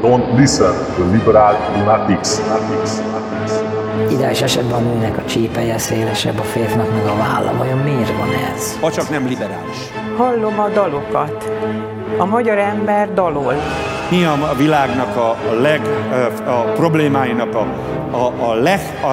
Don't listen to liberal lunatics. Ideális esetben a nőnek a csípelye szélesebb, a férfinak meg a válla. Vajon miért van ez? Ha csak nem liberális. Hallom a dalokat. A magyar ember dalol. Mi a világnak a problémáinak a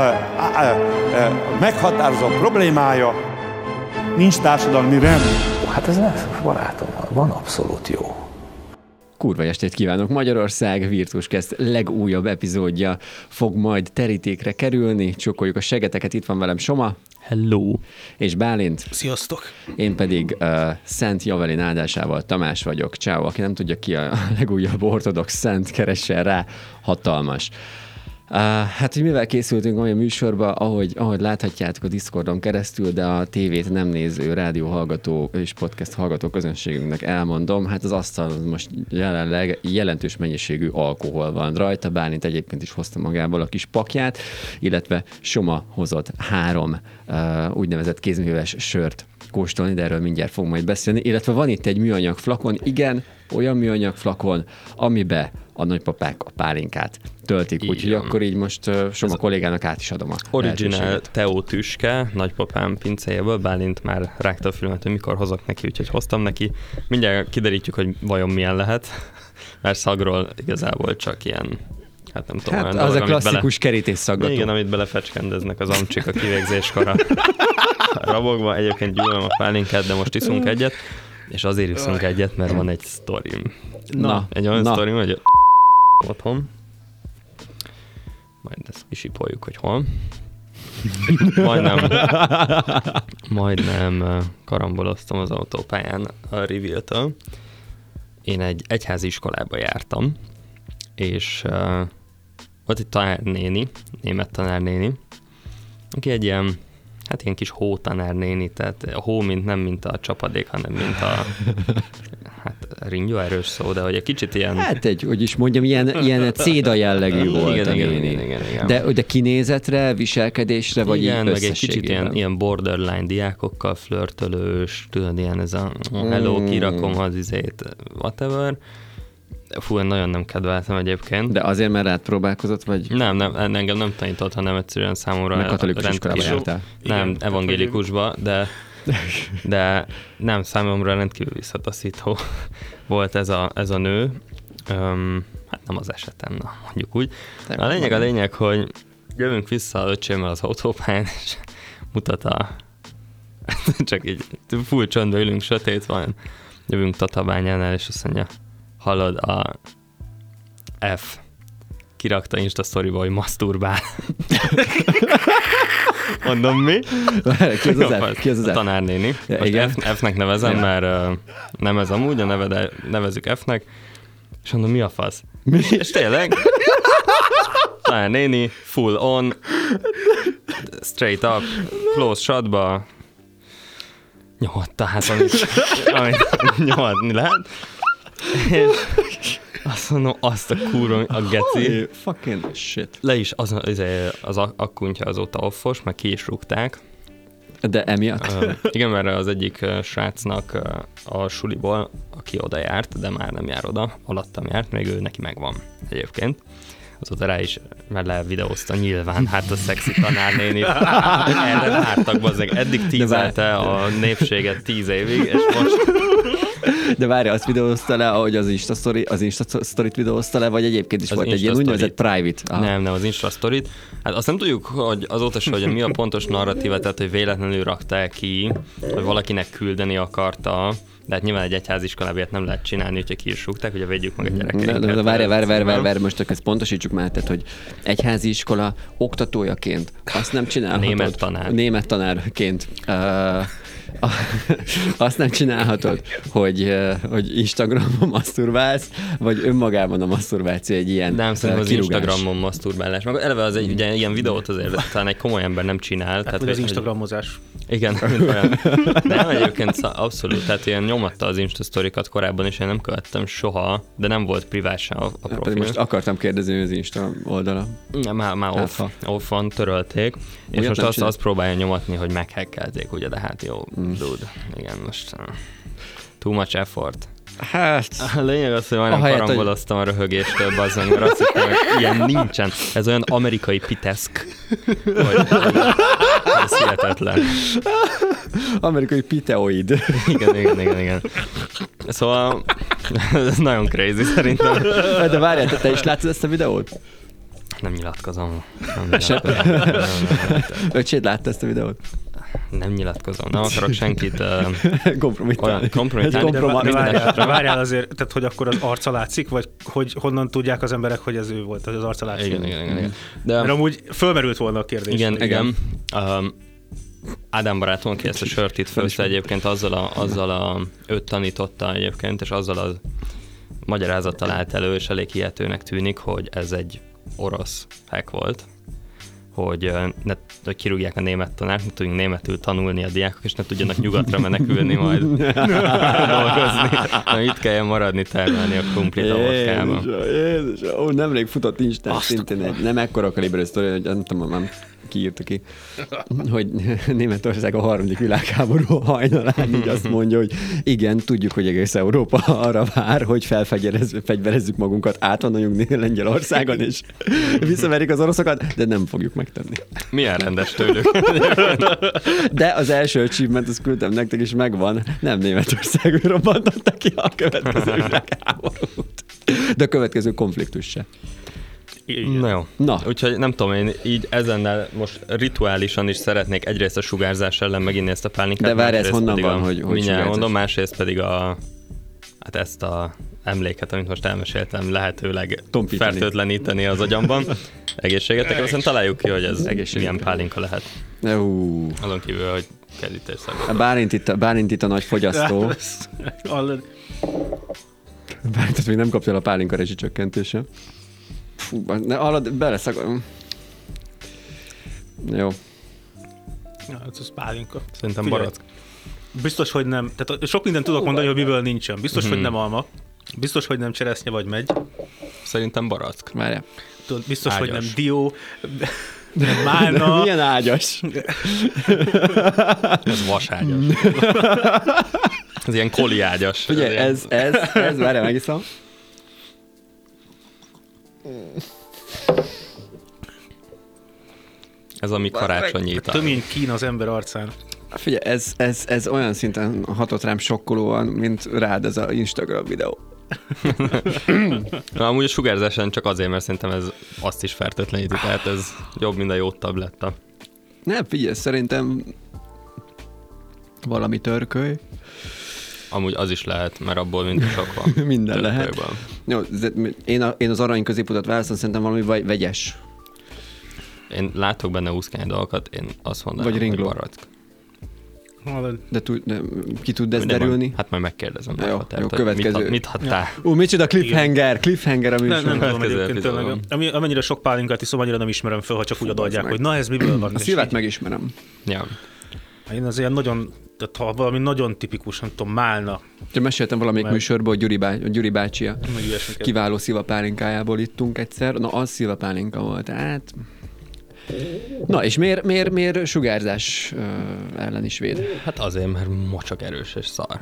meghatározó problémája? Nincs társadalmi rend. Hát ez nem, barátom, van abszolút jó. Kurva estét kívánok! Magyarország Virtuscast legújabb epizódja fog majd terítékre kerülni. Csokoljuk a segeteket, itt van velem Soma. Hello! És Bálint. Sziasztok! Én pedig Szent Javelin áldásával Tamás vagyok. Ciao, aki nem tudja ki a legújabb ortodox szent, keressen rá, hatalmas. Hát, hogy mivel készültünk olyan műsorba, ahogy láthatjátok a Discordon keresztül, de a tévét nem néző rádióhallgató és podcast hallgató közönségünknek elmondom, hát az asztalon most jelenleg jelentős mennyiségű alkohol van rajta, Bálint egyébként is hozta magából a kis pakját, illetve Soma hozott 3 úgynevezett kézműves sört kóstolni, de erről mindjárt fogunk majd beszélni, illetve van itt egy műanyag flakon, igen, olyan műanyag flakon, amibe a nagypapák a pálinkát töltik, úgyhogy akkor így most Soma kollégának át is adom a original Teó tüske, nagypapám pincéjéből, Bálint már rágta a filmet, hogy mikor hozok neki, úgyhogy hoztam neki. Mindjárt kiderítjük, hogy vajon milyen lehet, mert szagról igazából csak ilyen, hát nem tudom. Hát az a klasszikus kerítésszaggató. Igen, amit belefecskendeznek az amcsik a kivégzéskor a rabokba. Egyébként gyűlöm a pálinkát, de most iszunk egyet, és azért iszunk egyet, mert van egy sztorim. Egy olyan sztorim, hogy otthon, majd ezt kisipoljuk, hogy hol. Majdnem karamboloztam az autópályán a Reveal-től. Én egy egyházi iskolába jártam, és volt egy tanárnéni, német tanárnéni, aki egy ilyen kis hótanárnéni, tehát a hó nem mint a csapadék, hanem mint a ringyó erős szó, de hogy egy kicsit ilyen... Hát hogy is mondjam, ilyen céda jellegű volt a néni. Igen. De kinézetre, viselkedésre, vagy igen, így meg egy kicsit ilyen borderline diákokkal flörtölős, tudod, ilyen ez a hello, kirakom az izét, whatever. Fú, nagyon nem kedveltem egyébként. De azért, mert rád próbálkozott, vagy? Nem, engem nem tanított, hanem egyszerűen számomra... Katolikus iskolába jártál. Nem, evangélikusba, de nem, számomra rendkívül visszataszító volt ez a nő. Hát nem az esetem, mondjuk úgy. A lényeg, hogy jövünk vissza az öcsémmel az autópályán, és mutat csak így full csöndbe ülünk, sötét van. Jövünk Tatabányánál, és azt mondja, hallod, a F kirakta Insta sztoriba, hogy maszturbál. Mondom, mi? Ki az az F? A tanárnéni. Most F-nek nevezem, mert nem ez amúgy, a neve, de nevezzük F-nek. És mondom, mi a fasz? Mi? És tényleg? Tanárnéni, full on, straight up, close shotba, nyomatta, hát amit nyomatni lehet. És azt mondom, azt a kurva, a geci. Fucking shit. Le is, az akkuntja azóta offos, meg ki is rúgták. De emiatt? Igen, mert az egyik srácnak a suliból, aki oda járt, de már nem jár oda, alattam járt, még ő neki megvan egyébként. Azóta rá is, mert levideózta nyilván, hát a szexi tanárnénit. Erre vártak, bazzeg. Eddig tízelte a népséget 10 évig, és most... De várja, azt videózta le, ahogy az Insta Story-t videózta le, vagy egyébként is az volt egy ilyen úgynevezett private? Aha. Nem, az Insta Story-t. Hát azt nem tudjuk, hogy azóta se, hogy mi a pontos narratíva, tehát hogy véletlenül rakták ki, hogy valakinek küldeni akarta, de hát nyilván egy egyháziskolába nem lehet csinálni, hogyha ki is rúgták, ugye védjük meg a gyerekeinket. De várj, most ezt pontosítsuk már, tehát, hogy egyházi iskola oktatójaként azt nem csinálhatod. Német tanárként. Azt nem csinálhatod, hogy Instagramon maszturbálsz, vagy önmagában a maszturbáció egy ilyen nem, szerintem az kirúgás. Instagramon maszturbálás. Meg eleve az egy ugye, ilyen videót azért talán egy komoly ember nem csinál. Tehát az Instagramozás. Igen, olyan. Nem, egyébként abszolút, tehát ilyen nyomatta az Insta sztorikat korábban, és én nem követtem soha, de nem volt privát se a profil. Most akartam kérdezni, hogy az Insta oldala. Már off van, törölték, és most azt próbálja nyomatni, hogy meghackelték, ugye, de hát jó, dude. Igen, most too much effort. Hát... A lényeg az, hogy majdnem Ahelyett, karamboloztam a röhögéstől, bazzony, mert azt hittem, hogy ilyen nincsen. Ez olyan amerikai piteszk. Ez hihetetlen. Amerikai piteoid. Igen. Szóval ez nagyon crazy szerintem. De várjál, te is látod ezt a videót? Nem nyilatkozom. Öcséd látta ezt a videót? Nem nyilatkozom. Nem akarok senkit Kompromittálni. Várjál azért, tehát hogy akkor az arca látszik, vagy hogy honnan tudják az emberek, hogy ez ő volt, hogy az arca látszik? Igen. De mert amúgy fölmerült volna a kérdés. Igen. Ádám barátom, aki ezt a sört itt főzte egyébként, őt tanította egyébként, és azzal a magyarázattal állt elő, és elég hihetőnek tűnik, hogy ez egy orosz hack volt, hogy kirúgják a német tanárt, ne tudjunk németül tanulni a diákok, és ne tudjanak nyugatra menekülni majd dolgozni. Itt kelljen maradni, termelni a krumplit a vodkában. Jézus, nemrég futott Instán szintén egy nem ekkora kaliberű sztori, hogy nem tudom, nem kiírta ki, hogy Németország a harmadik világháború hajnalán így azt mondja, hogy igen, tudjuk, hogy egész Európa arra vár, hogy felfegyverezzük magunkat, átvonuljunk Lengyelországon, és visszaverik az oroszokat, de nem fogjuk megtenni. Milyen rendes tőlük. De az első achievement, azt küldtem nektek is megvan, nem Németország robbantotta ki a következő világháborút. De a következő konfliktus se. Na jó. Úgyhogy nem tudom, én így ezennel most rituálisan is szeretnék egyrészt a sugárzás ellen meginni ezt a pálinkát. De várj, ez honnan van, hogy mindjárt mondom, másrészt pedig ezt a emléket, amit most elmeséltem, lehetőleg fertőtleníteni az agyamban. Egészségetek, aztán találjuk ki, hogy ez milyen pálinka lehet. Azon kívül, hogy kedítésszerűen. Bálint itt a nagy fogyasztó. Bálintot még nem kapja a pálinka rezsicsökkentése. Fú, beleszagolom. Jó. Ja, ez pálinka. Szerintem barack. Biztos, hogy nem. Tehát sok mindent tudok mondani, hogy miből nincsen. Biztos, hogy nem alma. Biztos, hogy nem cseresznye vagy megy. Szerintem barack. Várjál. Biztos, ágyas. Hogy nem dió. Nem málna. De milyen ágyas? Ez vaságyas. Ez ilyen koli ágyas. Ugye, ez várjál, megiszom. Ez a mi karácsonyi ital. Tömény kín az ember arcán. Figyelj, ez olyan szinten hatott rám sokkolóan, mint rád ez az Instagram videó. Amúgy a sugárzáson csak azért, mert szerintem ez azt is fertőtleníti, tehát ez jobb, mint a jó tabletta. Nem, figyelj, szerintem valami törköly. Amúgy az is lehet, mert abból mindig sok van. Minden lehet. Jó, én az arany középutat választom, szerintem valami vegyes. Én látok benne úszkány dolgokat, én azt mondanám, vagy hogy barack. De ki tud ez derülni? Hát majd megkérdezem. Jó, következő. Mit hattál? Micsoda cliffhanger a műsor. Nem tudom egyébként tényleg. Amennyire sok pálinkát iszom, annyira nem ismerem föl, ha csak úgy adják, hogy na ez miből van. A szívát megismerem. Ja. Én az ilyen nagyon, tehát ha valami nagyon tipikus, nem tudom, málna. Én meséltem valamelyik műsorban, hogy Gyuri bácsi a kiváló szilvapálinkájából ittunk egyszer. Na, az szilvapálinka volt. Hát... Na, és miért sugárzás ellen is véd? Hát azért, mert mocsak erős és szar.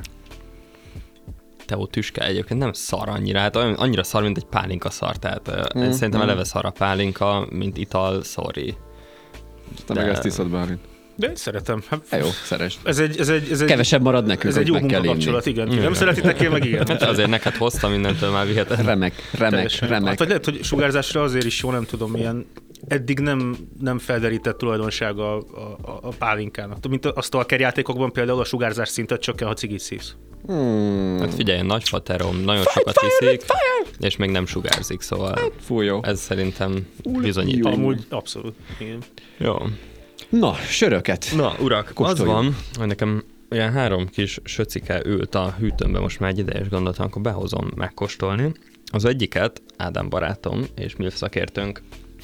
Teó tüske egyébként nem szar annyira, hát annyira szar, mint egy pálinka szar, tehát szerintem eleve szar a pálinka, mint ital, sorry. Te meg ezt iszod, Bálint. De én szeretem. Hát, jó, szeresd. Ez egy kevesebb marad nekünk, ez egy jó munkakapcsolat, igen. Nem szeretitek, én meg igen. Hát azért neked hoztam, mindentől már viheted. Remek. Hát, vagy lehet, hogy sugárzásra azért is jó, nem tudom, ilyen eddig nem felderített tulajdonsága a pálinkának. Mint a stalkerjátékokban például a sugárzás szintet csökken, ha cigit szívsz. Hát figyelj, nagyfaterom nagyon sokat iszik, és még nem sugárzik, szóval ez szerintem bizonyító. Amúgy abszolút. Igen. Jó. Na, söröket. Na, urak, kóstoljuk. Az van, hogy nekem olyan 3 kis söcike ült a hűtőmbe most már egy ideje, és gondoltam, akkor behozom megkóstolni. Az egyiket Ádám barátom és MILF szakértőnk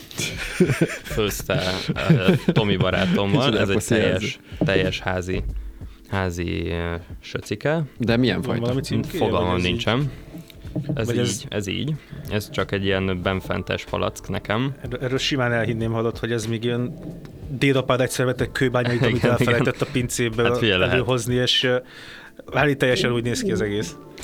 főzte Tomi barátommal. Ez egy teljes házi söcike. De milyen fajta? Fogalmam nincsen. Ez így. Ez csak egy ilyen benfentes palack nekem. Erről simán elhinném, hallott, hogy ez még ilyen dédapád egyszer vett egy kőbányait, amit elfelejtett a pincéből előhozni, és teljesen úgy néz ki az egész.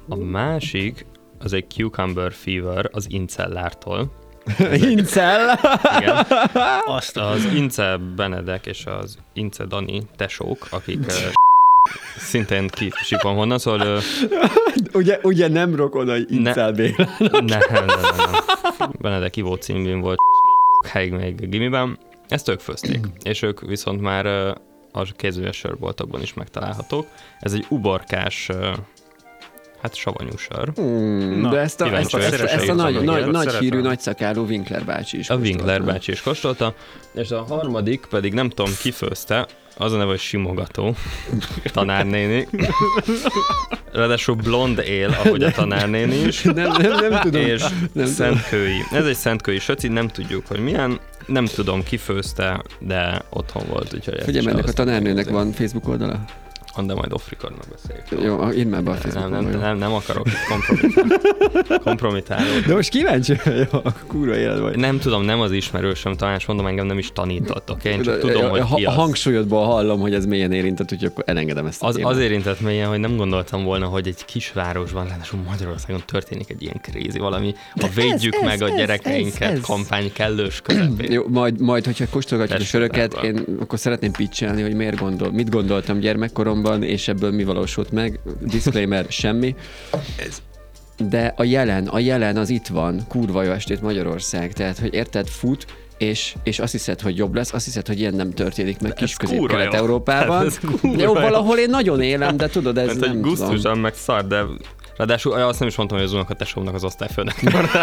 A másik, az egy Cucumber Fever az Incellártól. Incel! Igen. Az Ince Benedek és az Ince Dani tesók, akik szintén kisipom honnan, szóval... ugye nem rokon a Incel Bélának. Nem. Benedek Ivó címűn volt helyig még gimiben. Ezt ők főzték, és ők viszont már a kézműves sörboltokban is megtalálhatók. Ez egy uborkás, hát savanyú sör. De ezt a nagy hírű, nagy szakáló Winkler bácsi is kóstolta. A Winkler bácsi is kóstolta, és a harmadik pedig nem tudom ki főzte, az a neve, hogy simogató, tanárnéni. Ráadásul blond él, ahogy a tanárnéni is. Nem tudom. És szentkői. Ez egy szentkői söci, nem tudjuk, hogy milyen. Nem tudom, ki főzte, de otthon volt. Figyelj, ennek a tanárnőnek van Facebook oldala? De majd off-recordnak beszéljük. Jó, írd már be a Facebook nem akarok kompromitálni. De most kíváncsi vagyok, kurva élet vagy. Nem tudom, nem az ismerősöm, talán mondom, engem nem is tanított, oké? Én csak tudom, hogy ki a az. hangsúlyodból hallom, hogy ez mélyen érintett, úgyhogy akkor elengedem ezt a témát. Az érintett mélyen, hogy nem gondoltam volna, hogy egy kisvárosban, ráadásul Magyarországon történik egy ilyen crazy valami. A védjük meg a gyerekeinket kampány kellős közepén. Jó, majd hogyha kóstolgatjuk a söröket, én akkor szeretném pitchelni, hogy mit gondoltam gyermekkoromban, és ebből mi valósult meg. Disclaimer, semmi. De a jelen az itt van. Kurva jó estét Magyarország. Tehát, hogy érted, fut, és azt hiszed, hogy jobb lesz, azt hiszed, hogy ilyen nem történik meg kis Közép-Kelet-Európában. Jó, valahol én nagyon élem, de tudod, ez nem tudom. Gusztusan meg szar, de ráadásul azt nem is mondtam, hogy az unokatesómnak az osztályfőnek.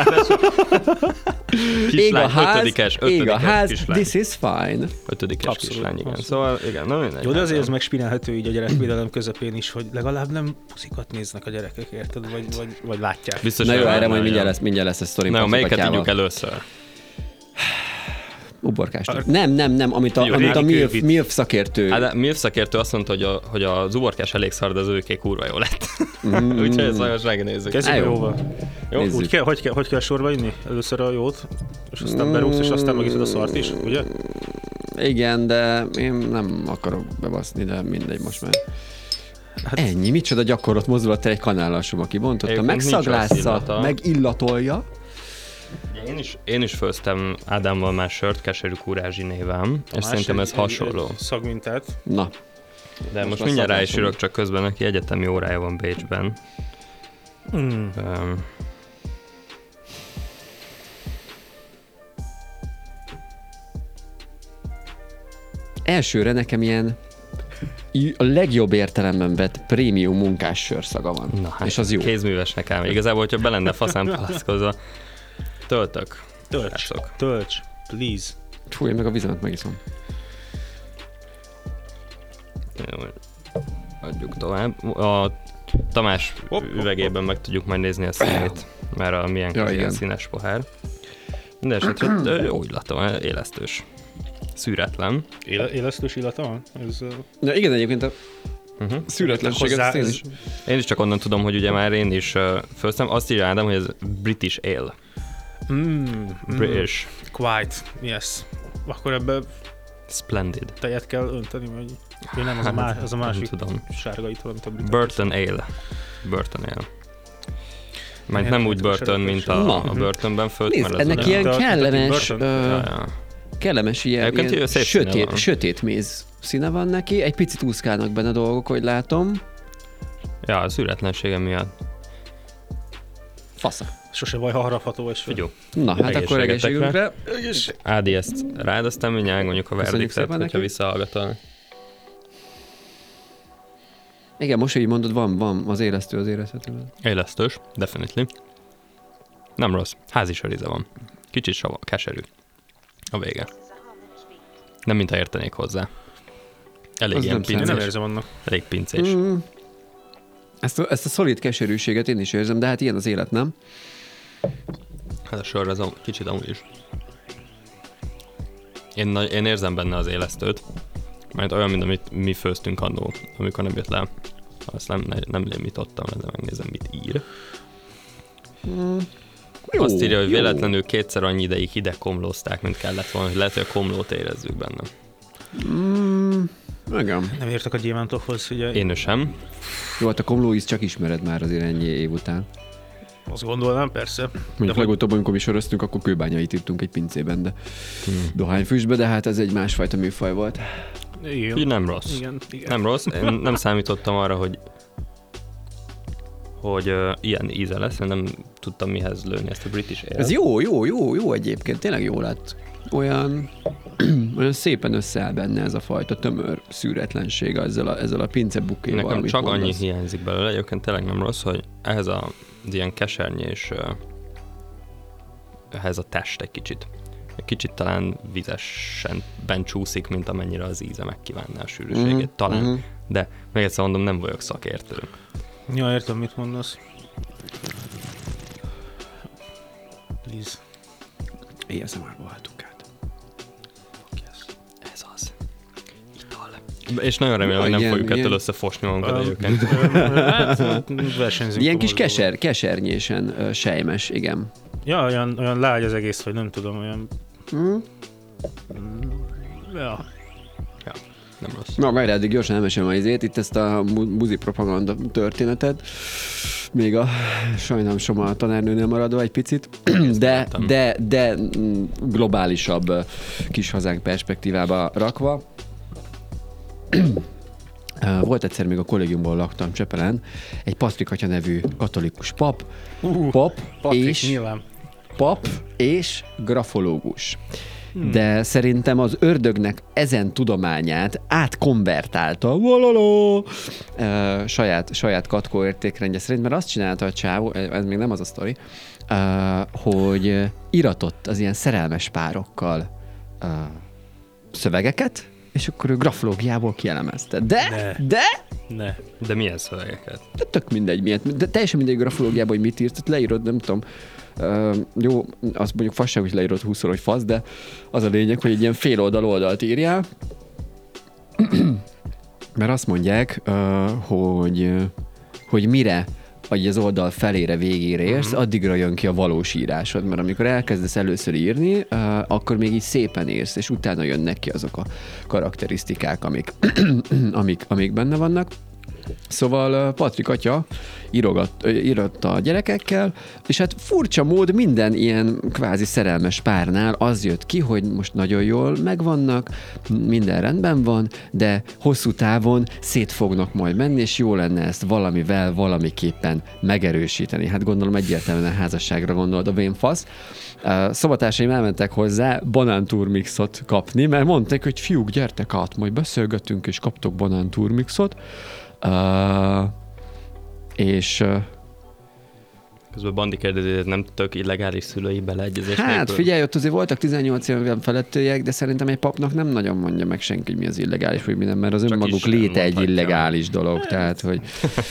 Ég a ház, kislány. this is fine. 5-es kislány, igen. Szóval, igen, na mindegy. Jó, de azért ez megspinálható így a gyerekvédelem közepén is, hogy legalább nem puszikat néznek a gyerekek, érted? Vagy látják. Biztos, na jó, erre majd mindjárt lesz a sztori. Na jó, melyiket tudjuk először? Uborkást. Nem, amit a MILF szakértő. Hát a MILF szakértő azt mondta, hogy az uborkás elég szar, de az őké kurva jó lett. Úgyhogy ezt most megnézzük. Kezdjük jóval. Jó, hogy kell sorba inni? Először a jót, és aztán berúgsz, és aztán megiszod a szart is, ugye? Igen, de én nem akarok bebaszni, de mindegy most már. Hát, ennyi, micsoda gyakorlott mozdulat, egy kanállasom, aki bontotta, megszaglásza, megillatolja. Én is főztem Ádámmal már sört, keserű kurázsi névem, és szerintem ez hasonló. Szagmintát. Na. De most mindjárt rá is írok, csak közben neki egyetemi órája van Bécsben. Elsőre nekem ilyen a legjobb értelemben vett prémium munkás sörszaga van. Na, hát és az jó. Kézművesnek áll. Igazából, hogyha be lenne faszán palaszkozva. Tölts, please. Fú, én meg a vizemet megiszom. Adjuk tovább. A Tamás üvegében meg tudjuk majd nézni a színét, mert a milyen színes pohár. De esetre jó illata van, élesztős. Szűretlen. Élesztős illata van? Ja, igen, egyébként a szűretlenséget én is csak onnan tudom, hogy ugye már én is főztem. Azt írja Ádám, hogy ez British Ale. British. Quite, yes. Akkor ebbe Splendid. Tejet kell önteni, vagy... Ja, nem, az a másik sárga itt valamit a britán. Burton Ale. Mert nem úgy Burton, mint a Burtonben főtt. Nézd, ennek ilyen kellemes ilyen sötét méz színe van neki, egy picit úszkálnak benne dolgok, hogy látom. Ja, a szűretlensége miatt. Fasza. Sose baj, ha harapható és figyó. Na, hát akkor egészségünkre. Ádi, ezt rád, aztán mindjárt mondjuk a verdiktet, hogyha visszahallgatol. Igen, most így mondod, van az élesztő az érezhető. Élesztős, definitely. Nem rossz. Házi söríze van. Kicsit keserű. A vége. Nem mintha értenék hozzá. Elég az ilyen pincés. Nem érzem annak. Elég pincés. Ezt a szolid keserűséget én is érzem, de hát ilyen az élet, nem? Hát a sör az kicsit amúgy is. Én érzem benne az élesztőt, mert olyan, mint amit mi főztünk annó, amikor nem jött le. Azt nem lémítottam, de megnézem, mit ír. Jó, azt írja, hogy véletlenül kétszer annyi ideig hideg komlózták, mint kellett volna, hogy lehet, hogy a komlót érezzük benne. Igen. Nem értek a gyémántokhoz, ugye. Én sem. Jó, hát a komlóíz csak ismered már azért ennyi év után. Azt gondolnám, persze. Mondjuk legutóbb, amikor mi soroztunk, akkor kőbányait írtunk egy pincében, de dohányfüstbe, de hát ez egy másfajta műfaj volt. Igen. Így nem rossz. Igen. Nem rossz. Én nem számítottam arra, hogy ilyen íze lesz, én nem tudtam mihez lőni ezt a British Ale. Ez jó egyébként, tényleg jó lett. Olyan szépen összeáll benne ez a fajta tömör szűretlenség ezzel a pincebukéval. Nekem csak annyi mondasz. hiányzik belőle, egyébként tényleg nem rossz, hogy ehhez az ilyen kesernyés, ehhez a test egy kicsit talán vizesen csúszik, mint amennyire az íze megkívánná a sűrűségét, talán. De még egyszer mondom, nem vagyok szakértő. Ja, értem, mit mondasz. Please. ASMR-ba váltunk át. Ez az. Ital. És nagyon remélem, hogy nem fogjuk ettől összefosni magunkat egyébként. Versenyzünk. Ilyen kis kesernyésen sejmes, igen. Ja, olyan lágy az egész, vagy nem tudom, olyan... Ja. Nem rossz. Na, várj, addig gyorsan elmesem a izét, itt ezt a buzi propaganda történetet, még sajnálom Soma a tanárnőnél maradva egy picit, de globálisabb kis hazánk perspektívába rakva. Volt egyszer, még a kollégiumból laktam Csepelen, egy Patrik atya nevű katolikus pap és grafológus. De szerintem az ördögnek ezen tudományát átkonvertálta saját katkó értékrendje szerint, mert azt csinálta a csávó, ez még nem az a sztori, hogy iratott az ilyen szerelmes párokkal szövegeket, és akkor ő grafológiából kielemezte. De milyen szövegeket? De tök mindegy miért. De teljesen mindegy grafológiában, hogy mit írt. Tehát leírod, nem tudom, jó, azt mondjuk fasság, hogy leírod 20-szor, hogy fasz, de az a lényeg, hogy egy ilyen fél oldalt írjál, mert azt mondják, hogy mire az oldal felére, végére érsz, addigra jön ki a valós írásod, mert amikor elkezdesz először írni, akkor még így szépen írsz, és utána jönnek ki azok a karakterisztikák, amik benne vannak. Szóval Patrik atya írotta a gyerekekkel, és hát furcsa mód minden ilyen kvázi szerelmes párnál az jött ki, hogy most nagyon jól megvannak, minden rendben van, de hosszú távon szét fognak majd menni, és jó lenne ezt valamivel, valamiképpen megerősíteni. Hát gondolom egyértelműen a házasságra gondolod a vénfasz. Szobatársaim elmentek hozzá banántúrmixot kapni, mert mondták, hogy fiúk, gyertek át, majd beszélgetünk, és kaptok banántúrmixot. És közben Bandi kérdezi, hogy nem tök illegális szülői beleegyezés hát nélkül? Figyelj, ott azért voltak 18 éven felettiek, de szerintem egy papnak nem nagyon mondja meg senki, hogy mi az illegális, vagy minden, mert az Csak önmaguk Isten léte egy mondhatja. illegális dolog, tehát, hogy...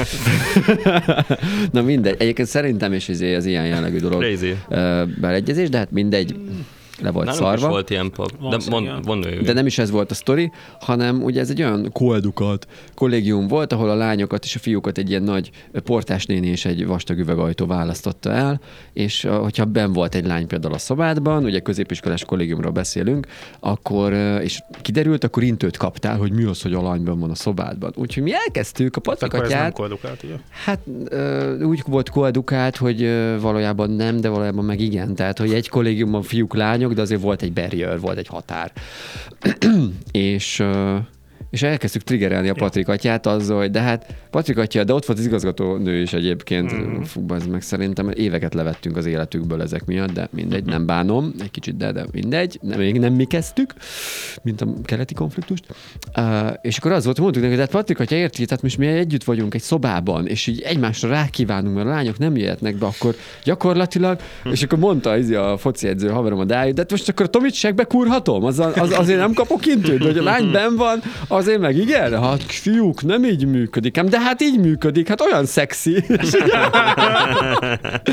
Na mindegy, egyébként szerintem is az ilyen jellegű dolog Crazy. beleegyezés, de hát mindegy, le volt Nálunk is szarva. volt ilyen pap. De mondd ő. De nem is ez volt a sztori, hanem ugye ez egy olyan koedukált kollégium volt, ahol a lányokat és a fiúkat egy ilyen nagy portásnéni és egy vastag üvegajtó választotta el, és hogyha benn volt egy lány például a szobádban, ugye középiskolás kollégiumról beszélünk, akkor, és kiderült, akkor intőt kaptál, hogy mi az, hogy a lány benn van a szobádban. Úgyhogy mi elkezdtük a Patrik Akkor ez nem atyát. koedukált, ugye? Hát úgy volt koedukált, hogy valójában nem, de valójában meg igen. Tehát, hogy egy kollégiumban fiúk, lányok, de azért volt egy barrier, volt egy határ. és elkezdtük triggerelni a Patrik atyát azzal, hogy de hát Patrik atya, de ott volt az igazgatónő is egyébként. Fú, bazd meg, szerintem éveket levettünk az életükből ezek miatt, de mindegy, nem bánom, egy kicsit, de mindegy, még nem mi kezdtük, mint a keleti konfliktust. És akkor az volt, hogy mondtuk neki, hogy hát Patrik atya érti, tehát most mi együtt vagyunk egy szobában, és így egymásra rákívánunk, mert a lányok nem jöhetnek be, akkor gyakorlatilag, és akkor mondta a foci edző haverom a Dávid, de hát most akkor a Tomit bekúrhatom, azért nem kapok intőt, hogy a lány benn van, azért meg igen, hát fiúk, nem így működik, de hát így működik, hát olyan szexi.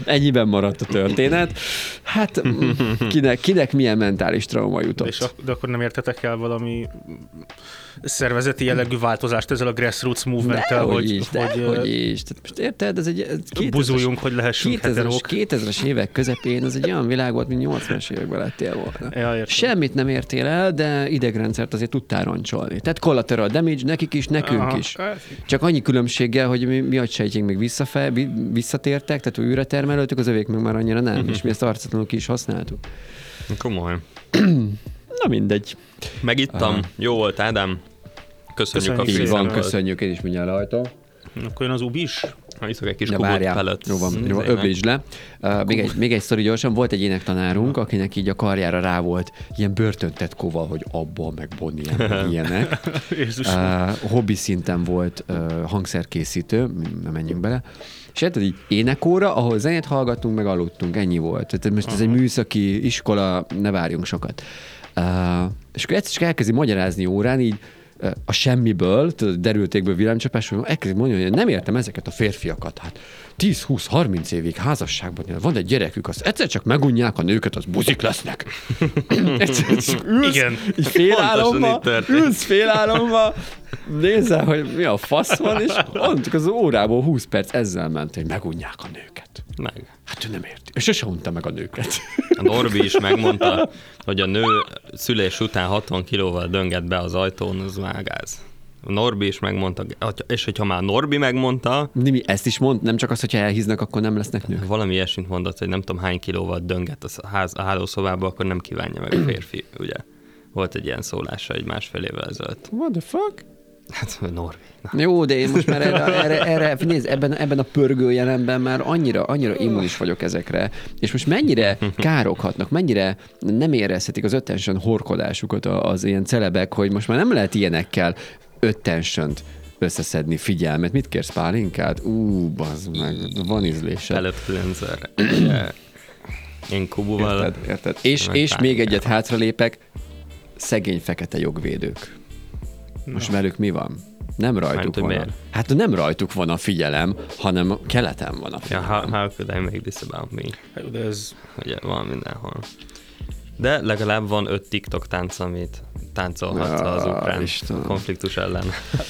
Ennyiben maradt a történet. Hát kinek milyen mentális trauma jutott? De akkor nem értetek el valami szervezeti jellegű változást ezzel a grassroots movement-tel, hogy is. Tehát most érted, ez egy buzuljunk, hogy lehessünk heterók. 2000-es évek közepén ez egy olyan világ volt, mint 80-as években lettél volna. Ja, semmit nem értél el, de idegrendszert azért tudtál roncsolni. Tehát collateral damage nekik is, nekünk is. Csak annyi különbséggel, hogy mi agysejtjénk még visszatértek, tehát újra termelődtük, az övék meg már annyira nem, és mi ezt arcatlanul ki is használtuk. Komoly. Na mindegy. Megittam. Jó volt, Ádám. Köszönjük a Így van, köszönjük, én is mindjárt rajta. Akkor jön az Ubi is? Iszok egy kis kubot felett. Jó van, öblítsd le. Még egy sztori gyorsan, volt egy énektanárunk, akinek így a karjára rá volt ilyen börtöntetkóval, hogy abban meg Bonnie meg ilyenek. Hobbi szinten volt hangszerkészítő, menjünk bele. És hát így énekóra, ahol zenét hallgattunk, meg aludtunk, ennyi volt. Tehát most ez egy műszaki iskola, ne várjunk sokat. És akkor egyszer csak elkezdi magyarázni órán, így a semmiből, derültékből villámcsapásból, elkezdi mondani, hogy nem értem ezeket a férfiakat. Hát 10-20-30 évig házasságban van egy gyerekük, az egyszer csak megunják a nőket, az buzik lesznek. Egyszer csak ülsz, így félálomba, nézzel, hogy mi a fasz van, és mondjuk az órából 20 perc ezzel ment, hogy megunják a nőket. Meg. Hát ő nem érti. És sose unta meg a nőket. A Norbi is megmondta, hogy a nő szülés után 60 kilóval dönget be az ajtón, az vágáz. A Norbi is megmondta, és hogyha már Norbi megmondta... Mi ezt is mond, nem csak az, hogyha elhíznak, akkor nem lesznek nők. Valami ilyesmit mondott, hogy nem tudom hány kilóval dönget a hálószobába, akkor nem kívánja meg a férfi, ugye? Volt egy ilyen szólása egy másfél évvel ezelőtt. What the fuck? Hát Norbi. Na. Jó, de én most már erre nézd, ebben a pörgő jelenben már annyira immunis vagyok ezekre, és most mennyire károghatnak, mennyire nem érezhetik az attention horkodásukat az ilyen celebek, hogy most már nem lehet ilyenekkel attentiont összeszedni, figyelmet. Mit kérsz, pálinkát? Bazd meg, van ízlésed. Pellet cleanser. Én kubuval. Érted. És még egyet hátralépek, szegény fekete jogvédők. Most velük mi van? Nem rajtuk van. Hát nem rajtuk van a figyelem, hanem keleten van a figyelem. How could I make this about me? De ez... Ugye, van mindenhol. De legalább van 5 TikTok tánc, amit táncolhatsz az ukrán konfliktus ellen.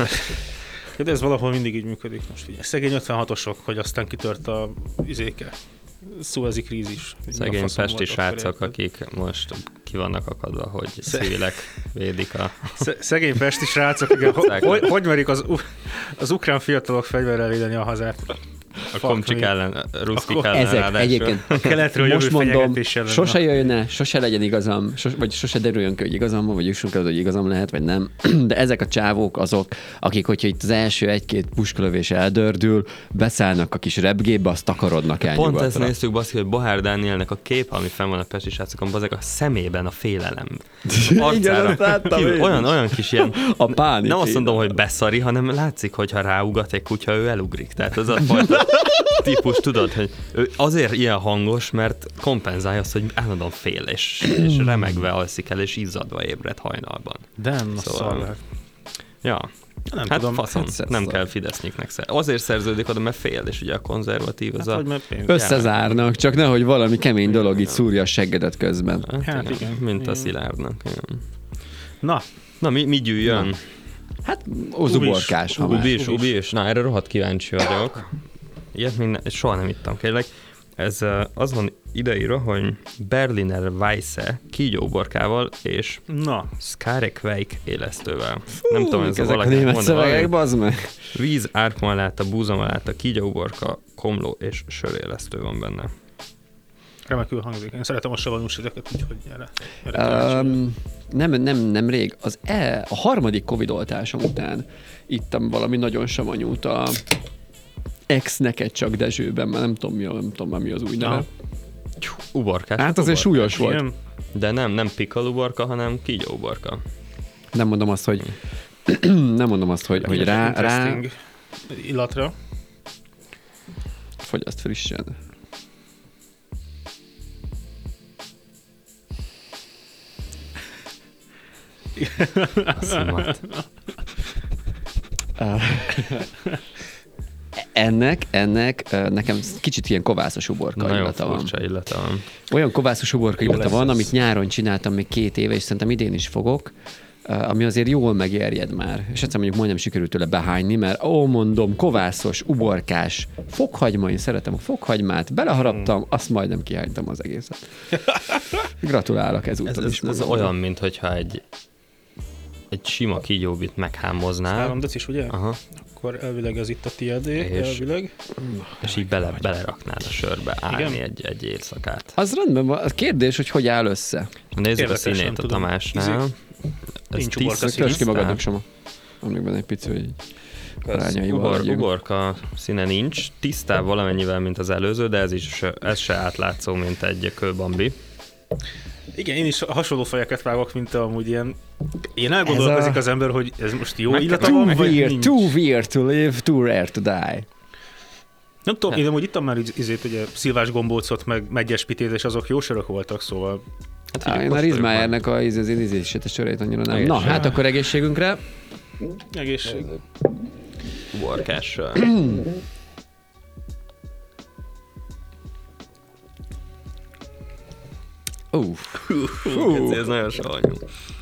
De ez valahol mindig így működik. Most figyelj, szegény 56-osok, hogy aztán kitört a izéke. Szuezi krízis. Szegény pesti srácok, akik most ki vannak akadva, hogy civilek védik a... Szegény pesti srácok, igen. Hogy merik az ukrán fiatalok fegyverrel védeni a hazát? A komcsik ellen, ruszkik ellen. Ezek egyébként, keletről most mondom, sose jöjjön. jöjjne, sose legyen igazam, vagy sose derüljön ki, hogy igazam van, vagy jussunk el, hogy igazam lehet, vagy nem. De ezek a csávók azok, akik, hogyha itt az első egy-két puskalövés eldördül, beszállnak a kis repgépbe, azt takarodnak el pont nyugatra. ezt néztük, baszki, hogy Bohár Dánielnek a kép, ami fenn van a pesti srácokon, bazeg a szemében a félelem. Igen, olyan kis ilyen... A pánik. Nem azt mondom, hogy beszari, hanem látszik, hogyha ráugat egy kutya, ő elugrik. Tehát az a fajta típus, tudod, hogy ő azért ilyen hangos, mert kompenzálja azt, hogy állandóan fél, és remegve alszik el, és izzadva ébred hajnalban. De nem, szóval... Ja. Nem hát tudom, faszom, nem kell Fidesznyiknek azért szerződik oda, mert fél, és ugye a konzervatív az összezárnak, csak nehogy valami kemény dolog így szúrja a seggedet közben. Hát igen. Mint a Szilárdnak. Igen. Na, mi gyűjjön? Na. Hát uborkás. Ubi is. Na, erre rohadt kíváncsi vagyok. Ilyet soha nem ittam, kérlek. Ez az van ideírva, hogy Berliner Weisse kígyóborkával és Skarekveik élesztővel. Nem tudom, ez ezek a német szövegek, bazd meg. Víz, árkmaláta, búzamaláta, kígyóborka, komló és sörélesztő van benne. Remekül hangzik. Én szeretem a savanyúsíteket, úgyhogy erre nem rég. A harmadik Covid-oltásom után ittam valami nagyon savanyút a neked csak Dezsőben, mert nem tudom mi az új neve. Uborkás. Hát azért súlyos volt. Igen. De nem pikal uborka, hanem kígyóuborka. Nem mondom azt, hogy rá... illatra. Fogyaszt frissen. ennek nekem kicsit ilyen kovászos uborka Nagyon illata van. furcsa illata van. Olyan kovászos uborka illata lesz van, ez. amit nyáron csináltam még 2 éve, és szerintem idén is fogok, ami azért jól megérjed már. És egyszer mondjuk majdnem sikerült tőle behányni, mert mondom, kovászos, uborkás, fokhagyma, én szeretem a fokhagymát, beleharaptam, azt majdnem kihánytam az egészet. Gratulálok ezúttal is. Ez olyan, mintha egy sima kígyóbit meghámoznál, 3 decis, ugye? aha, Akkor elvileg ez itt a tiédé, elvileg. és így beleraknád a sörbe állni egy éjszakát. Az rendben van. A kérdés, hogy áll össze. Nézzük Érdekes, a nem színét a tudom. Tamásnál. Ez Nincs uborka színe. Kösd ki magadnak, Soma. Amíg benne egy pici, hogy arányaival legyünk. Uborka színe nincs, tisztább valamennyivel, mint az előző, de ez se átlátszó, mint egy kőbambi. Igen, én is hasonló fejeket vágok, mint amúgy ilyen... Én elgondolkozik az ember, hogy ez most jó illata van, vagy nincs. Too weird to live, too rare to die. Nem tudom, én amúgy ittam már ugye szilvás gombócot, meg megyes pitét, és azok jó sörök voltak, szóval... Hát, Én a Rizmájernek az ízésítés sörét annyira nem. Egészség. Na, hát akkor egészségünkre. Egészség. uborkás. Ez nagyon savanyú.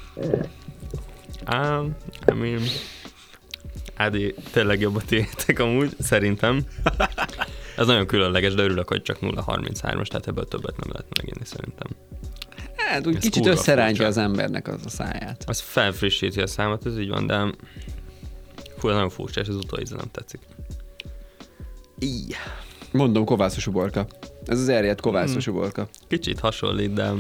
I mean, Ádi, tényleg jobb a tiétek amúgy, szerintem. Ez nagyon különleges, de örülök, hogy csak 0,33-as, tehát ebből többet nem lehet meginni szerintem. Hát úgy Ez kicsit kurva összerántja furcsa. az embernek az a száját. Az felfrissíti a számot, ez így van, de nagyon furcsa, és az utóíze nem tetszik. Így. Mondom, kovászos uborka. Ez az erjedt kovászos uborka. Kicsit hasonlít, de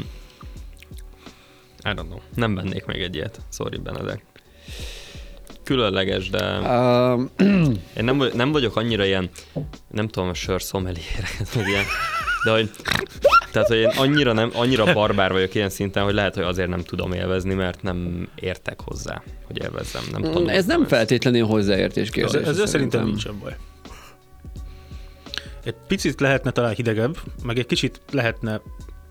I don't know. Nem vennék még egy ilyet. Sorry, Benedek. Különleges, de én nem vagyok annyira ilyen, nem tudom, a sör szomeliéreket, meg ilyen, de hogy tehát, hogy én annyira barbár vagyok ilyen szinten, hogy lehet, hogy azért nem tudom élvezni, mert nem értek hozzá, hogy élvezzem. Nem tudom, Ez nem feltétlenül hozzáértés kérdés. Ezzel szerintem nincsen baj. Egy picit lehetne talán hidegebb, meg egy kicsit lehetne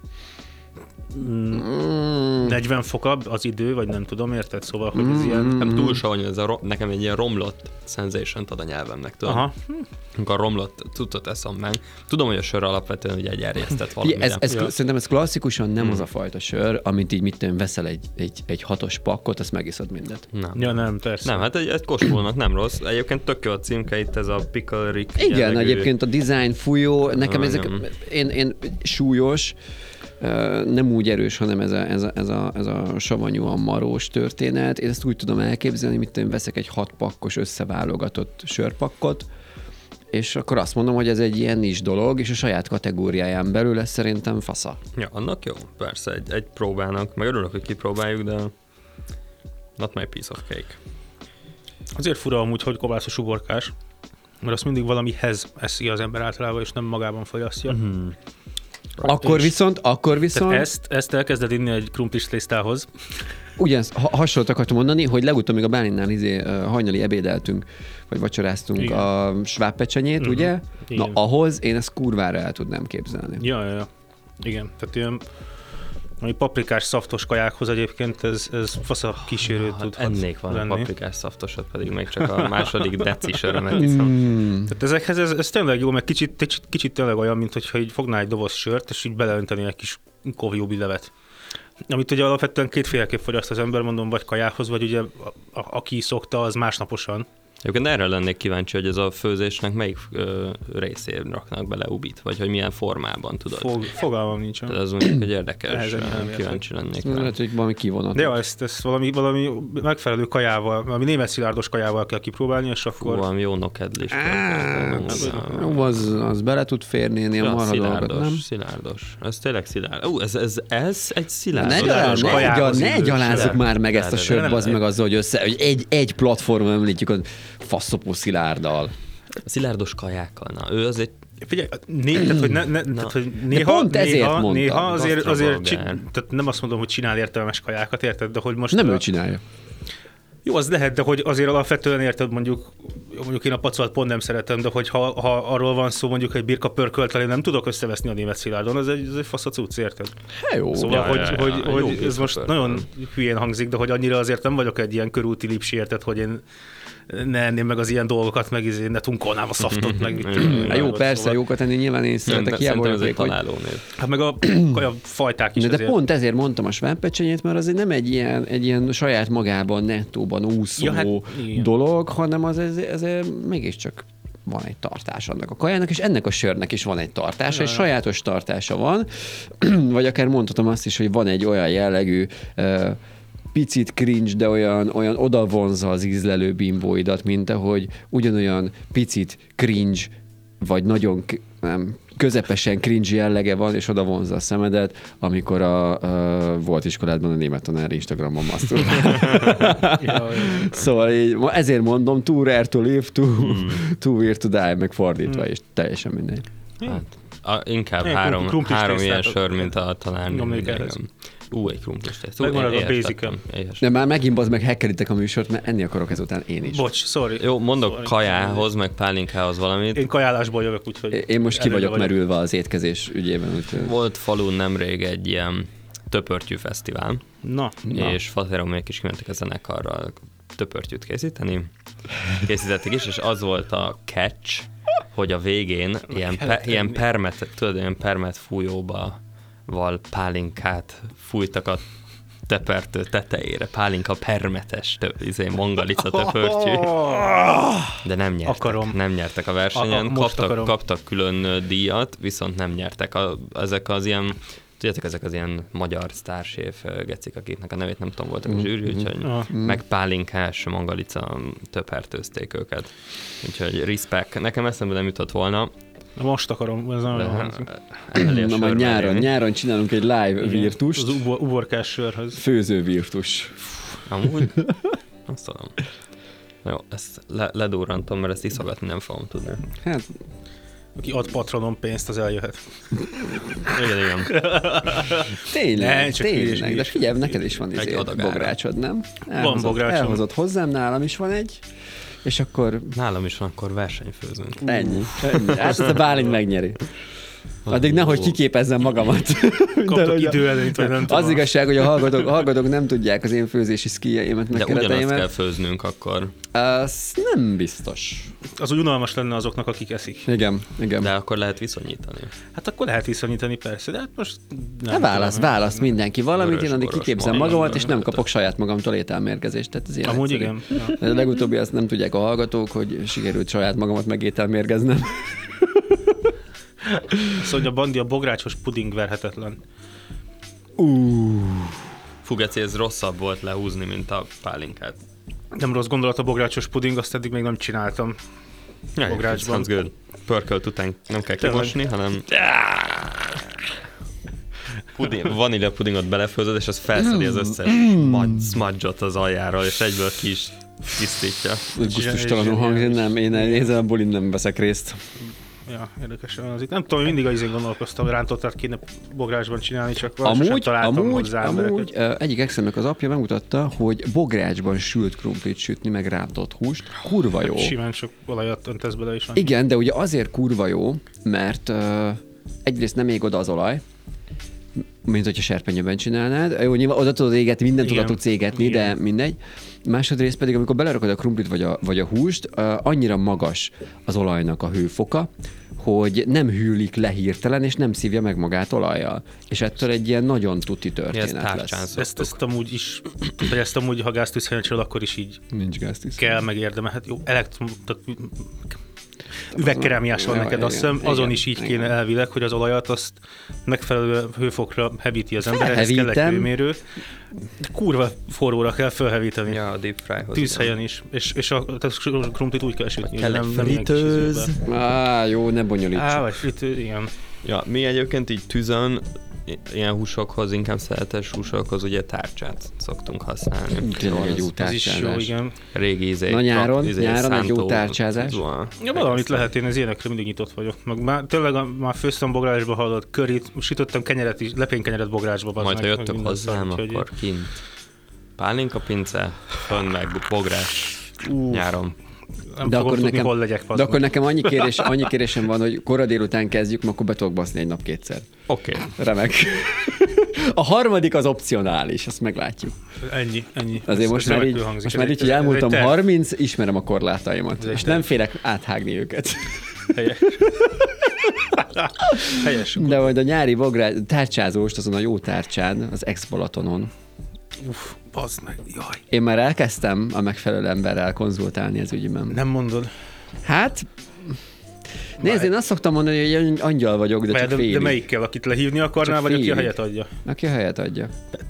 40 fokabb az idő, vagy nem tudom, érted? Szóval, hogy ez ilyen... Nem túl savanyú, nekem egy ilyen romlott sensation-t ad a nyelvemnek, tudom. Aha. Amikor a romlott cuccot eszem meg. Tudom, hogy a sör alapvetően ugye egy erjesztett valami. Szerintem ez klasszikusan nem az a fajta sör, amit így veszel egy 6-os pakkot, azt megiszod mindet. Nem. Ja, nem, persze. Nem, hát egy kóstolónak nem rossz. Egyébként tök jó a címke itt, ez a Pickle Rick. Igen, jellegű. egyébként a design fújó, nekem ezek, én súlyos, nem úgy erős, hanem ez a savanyúan marós történet. Én ezt úgy tudom elképzelni, mint én veszek egy 6 pakkos összeválogatott sörpakkot, és akkor azt mondom, hogy ez egy ilyen nis dolog, és a saját kategóriáján belül ez szerintem fasza. Ja, annak jó, persze, egy próbának. Meg örülök, hogy kipróbáljuk, de not my piece of cake. Azért fura amúgy, hogy kovászos uborkás, mert azt mindig valamihez eszi az ember általában, és nem magában fogyasztja. Mm-hmm. Akkor viszont... Ezt elkezded inni egy krumplis tésztához. Ugyanezt hasonlót akartam mondani, hogy legutóbb még a Bálinnál hajnali ebédeltünk, vagy vacsoráztunk. Igen. A sváb pecsenyét, ugye? Igen. Na, ahhoz én ezt kurvára el tudnám képzelni. Ja. Igen, tehát ilyen paprikás szaftos kajákhoz egyébként ez fasza kísérőt tudhat ennék van lenni. A paprikás szaftosat, pedig még csak a második deci sörömet iszom. Tehát ezekhez ez tényleg jó, meg kicsit tényleg olyan, mint hogyha így fognál egy doboz sört, és így beleönteni egy kis kovjóbi levet. Amit ugye alapvetően kétféleképp fogyaszt az ember, mondom, vagy kajához, vagy ugye aki szokta, az másnaposan. Egyébként erre lennék kíváncsi, hogy ez a főzésnek melyik részén raknak bele ubit, vagy hogy milyen formában, tudod? Fogalmam nincsen. Tehát ez mondjuk egy érdekes, kíváncsi lennék. Lehet, hogy valami kivonat. De ezt valami megfelelő kajával, valami német szilárdos kajával kell kipróbálni, és akkor... Valami jó nokedlis. Az bele tud férni, én ilyen marha dolgot, nem? Szilárdos. Ez tényleg szilárdos. Ez egy szilárdos. Ne gyalázzuk már meg ezt a sört, bazd meg azzal, hogy egy platformon említjük a faszopó szilárddal. Szilárdos kajákkal. Na, ő azért... Figyelj, tehát, hogy néha azért tehát nem azt mondom, hogy csinál értelmes kajákat, érted? De hogy most... Nem ő csinálja. Jó, az lehet, de hogy azért alapvetően érted, mondjuk én a pacalt pont nem szeretem, de hogy ha arról van szó, mondjuk egy birka pörköltel, én nem tudok összeveszni a német szilárdon, ez egy fasz a cucc, érted? Jó. Szóval, hogy ez most nagyon hülyén hangzik, de hogy annyira azért nem vagyok egy ilyen körúti lipsi, érted, hogy én ne enném meg az ilyen dolgokat, meg ne tunkolnám a szaftot, meg Jó, persze, jókat enni nyilván én szeretek. Szerintem ez egy találó név. Hát meg a fajták is de azért. pont ezért mondtam a svámpecsenyét, mert az nem egy ilyen saját magában nettóban úszó dolog, hanem az ez mégiscsak van egy tartás annak a kajának, és ennek a sörnek is van egy tartása, egy sajátos tartása van, vagy akár mondhatom azt is, hogy van egy olyan jellegű picit cringe, de olyan odavonza az ízlelő bimbóidat, mint ahogy ugyanolyan picit cringe, vagy nagyon közepesen cringe jellege van, és odavonza a szemedet, amikor volt iskoládban a német tanár Instagramon masturbál. Szóval így, ezért mondom, too rare to live, too weird to die, meg fordítva, és teljesen mindegy. Hát, inkább három ilyen sör, mint a tanárnő. Egy krumplis teszt. Megmarad a basic. De már megint bazd meg hackeritek a műsort, mert enni akarok ezután én is. Bocs, sorry. Jó, mondok kajához, meg pálinkához valamit. Én kajálásból jövök, úgyhogy... Én most ki vagyok merülve az étkezés ügyében. Úgyhogy... Volt falun nemrég egy ilyen töpörtyű fesztivál. Na. És Fateromék is kimentek a zenekarral töpörtyűt készíteni. Készítették is, és az volt a catch, hogy a végén ilyen permet fújóba pálinkát fújtak a tepertő tetejére. Pálinka permetes, mongalica töpörtyű. De nem nyertek. Nem nyertek a versenyen. Kaptak külön díjat, viszont nem nyertek. Ezek az ilyen, tudjátok, ezek az ilyen magyar sztárséf gecik, akiknek a nevét nem tudom, voltak a zsűri, úgyhogy meg pálinkás mongalica töpertőzték őket. Úgyhogy respect. Nekem eszembe nem jutott volna. Most akarom, ez nagyon na majd nyáron csinálunk egy live virtust. Az uborkás sörhöz. Főző virtus. Amúgy? Azt tudom. Jó, ezt ledurrantom, mert ezt iszogatni nem fogom tudni. Hát... Aki ad patronon pénzt, az eljöhet. Igen. Tényleg. De figyelj, neked is van bográcsod, nem? Van bográcsom. Elhozott hozzám, nálam is van egy. És akkor... Nálam is van, akkor versenyfőzőnk. Ennyi. Hát ezt a Bálint megnyeri. Addig nehogy kiképezzem magamat. Kaptok időelőnyt, vagy nem tudom. Az igazság, hogy a hallgatók nem tudják az én főzési szkijeimet, meg de ugyanazt kell főznünk akkor. Az nem biztos. Az úgy unalmas lenne azoknak, akik eszik. Igen. De akkor lehet viszonyítani. Hát akkor lehet viszonyítani, persze, de hát most... Választ mindenki valamit, én addig kiképzem magamat, és nem kapok saját magamtól ételmérgezést. Tehát ez ilyen amúgy igen. De a legutóbbi azt nem tudják a hallgatók, hogy sikerült saját magamat meg ételmérgeznem. Szóval a Bandi, a bográcsos puding verhetetlen. Fú, geci, ez rosszabb volt lehúzni, mint a pálinkát. Nem rossz gondolat a bográcsos puding, azt eddig még nem csináltam. Bográcsban. Sounds good. Pörkölt után nem kell kimosni, hanem vanília pudingot belefőzöd, és az felszedi az összes smudge-ot az aljáról, és egyből ki is tisztítja. Gusztustalanul hangzik, nem, én ezzel a bulin nem veszek részt. Ja, érdekes van az itt. Nem tudom, mindig az én gondolkoztam, hogy rántottát kéne bográcsban csinálni, csak sem találtam hozzá amúgy egyik exemnek az apja megmutatta, hogy bográcsban sült krumplit sütni, meg rántott húst. Kurva jó. Simán sok olajat öntesz bele is van. Igen, de ugye azért kurva jó, mert egyrészt nem ég oda az olaj, mint hogyha serpenyőben csinálnád. Jó, nyilván oda tudod égetni, mindent oda tudsz égetni, de mindegy. Másodrészt pedig, amikor belerakod a krumplit vagy a húst, annyira magas az olajnak a hőfoka, hogy nem hűlik le hirtelen, és nem szívja meg magát olajjal. És ettől egy ilyen nagyon tuti történet lesz. Ezt amúgy is, vagy ezt amúgy, ha gáztűzhelyen csinálod, akkor is így nincs gáztűz. Kell, meg érdemelhet. Jó, üvegkerámiás van neked, azt hiszem, azon is így kéne elvileg, hogy az olajat azt megfelelő hőfokra hevíti az ember, ehhez kell egy hőmérő. Kurva forróra kell felhevíteni. Ja, a deep fryhoz. Tűzhelyen is. És a krumplit úgy kell sütni. Kell egy fritőz. Jó, ne bonyolítsuk. Vagy fritőz, igen. Ja, mi egyébként így tűzön, ilyen húsokhoz, inkább szeletes húsokhoz ugye tárcsát szoktunk használni. Tényleg egy jó tárcsázás. Régi ízé. Na nyáron egy jó tárcsázás. Ja, valamit lehet, én az ilyenekre mindig nyitott vagyok. Meg tényleg már főztem bográcsba, hallott körit, sütöttem kenyeret is, lepénykenyeret bográcsba. Majd ha jöttök hozzám, akkor kint. Pálinka pince, fönn meg bográs nyáron. De akkor nekem annyi kérésem van, hogy kora délután kezdjük, akkor be tudok baszni egy nap kétszer. Oké. Remek. A harmadik az opcionális, azt meglátjuk. Ennyi. Azért most már így, hogy elmúltam 30, ismerem a korlátaimat. És nem félek áthágni őket. Helyes. De majd a nyári tárcsázóst, azon a jó tárcsán, az ex-Balatonon. Bazd meg, jaj. Én már elkezdtem a megfelelő emberrel konzultálni ez ügyben. Nem mondod? Hát, nézd, én azt szoktam mondani, hogy angyal vagyok, de csak félig. De melyikkel, akit lehívni akarnál, vagy aki a helyet adja? Aki a helyet adja.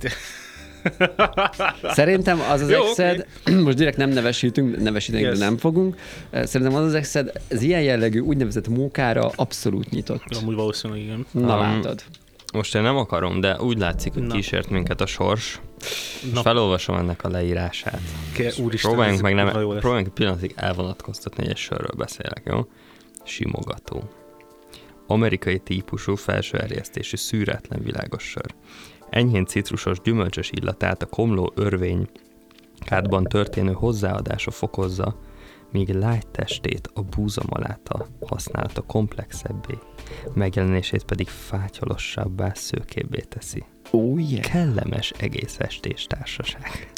Szerintem az exed, most direkt nem nevesítünk, de nem fogunk. Szerintem az exed, ez ilyen jellegű úgynevezett mókára abszolút nyitott. Amúgy valószínűleg igen. Na látod. Most én nem akarom, de úgy látszik, hogy kísért minket a sors. És felolvasom ennek a leírását. Próbáljunk egy pillanatig elvonatkoztatni, hogy egy sörről beszélek, jó? Simogató. Amerikai típusú felső erjesztésű szűretlen világos sör. Enyhén citrusos, gyümölcsös illatát a komló örvény kádban történő hozzáadása fokozza, míg lágy testét a búzamaláta használata komplexebbé, megjelenését pedig fátyolosabbá, szőkébbé teszi. Oh, yeah. Kellemes egész estés társaság.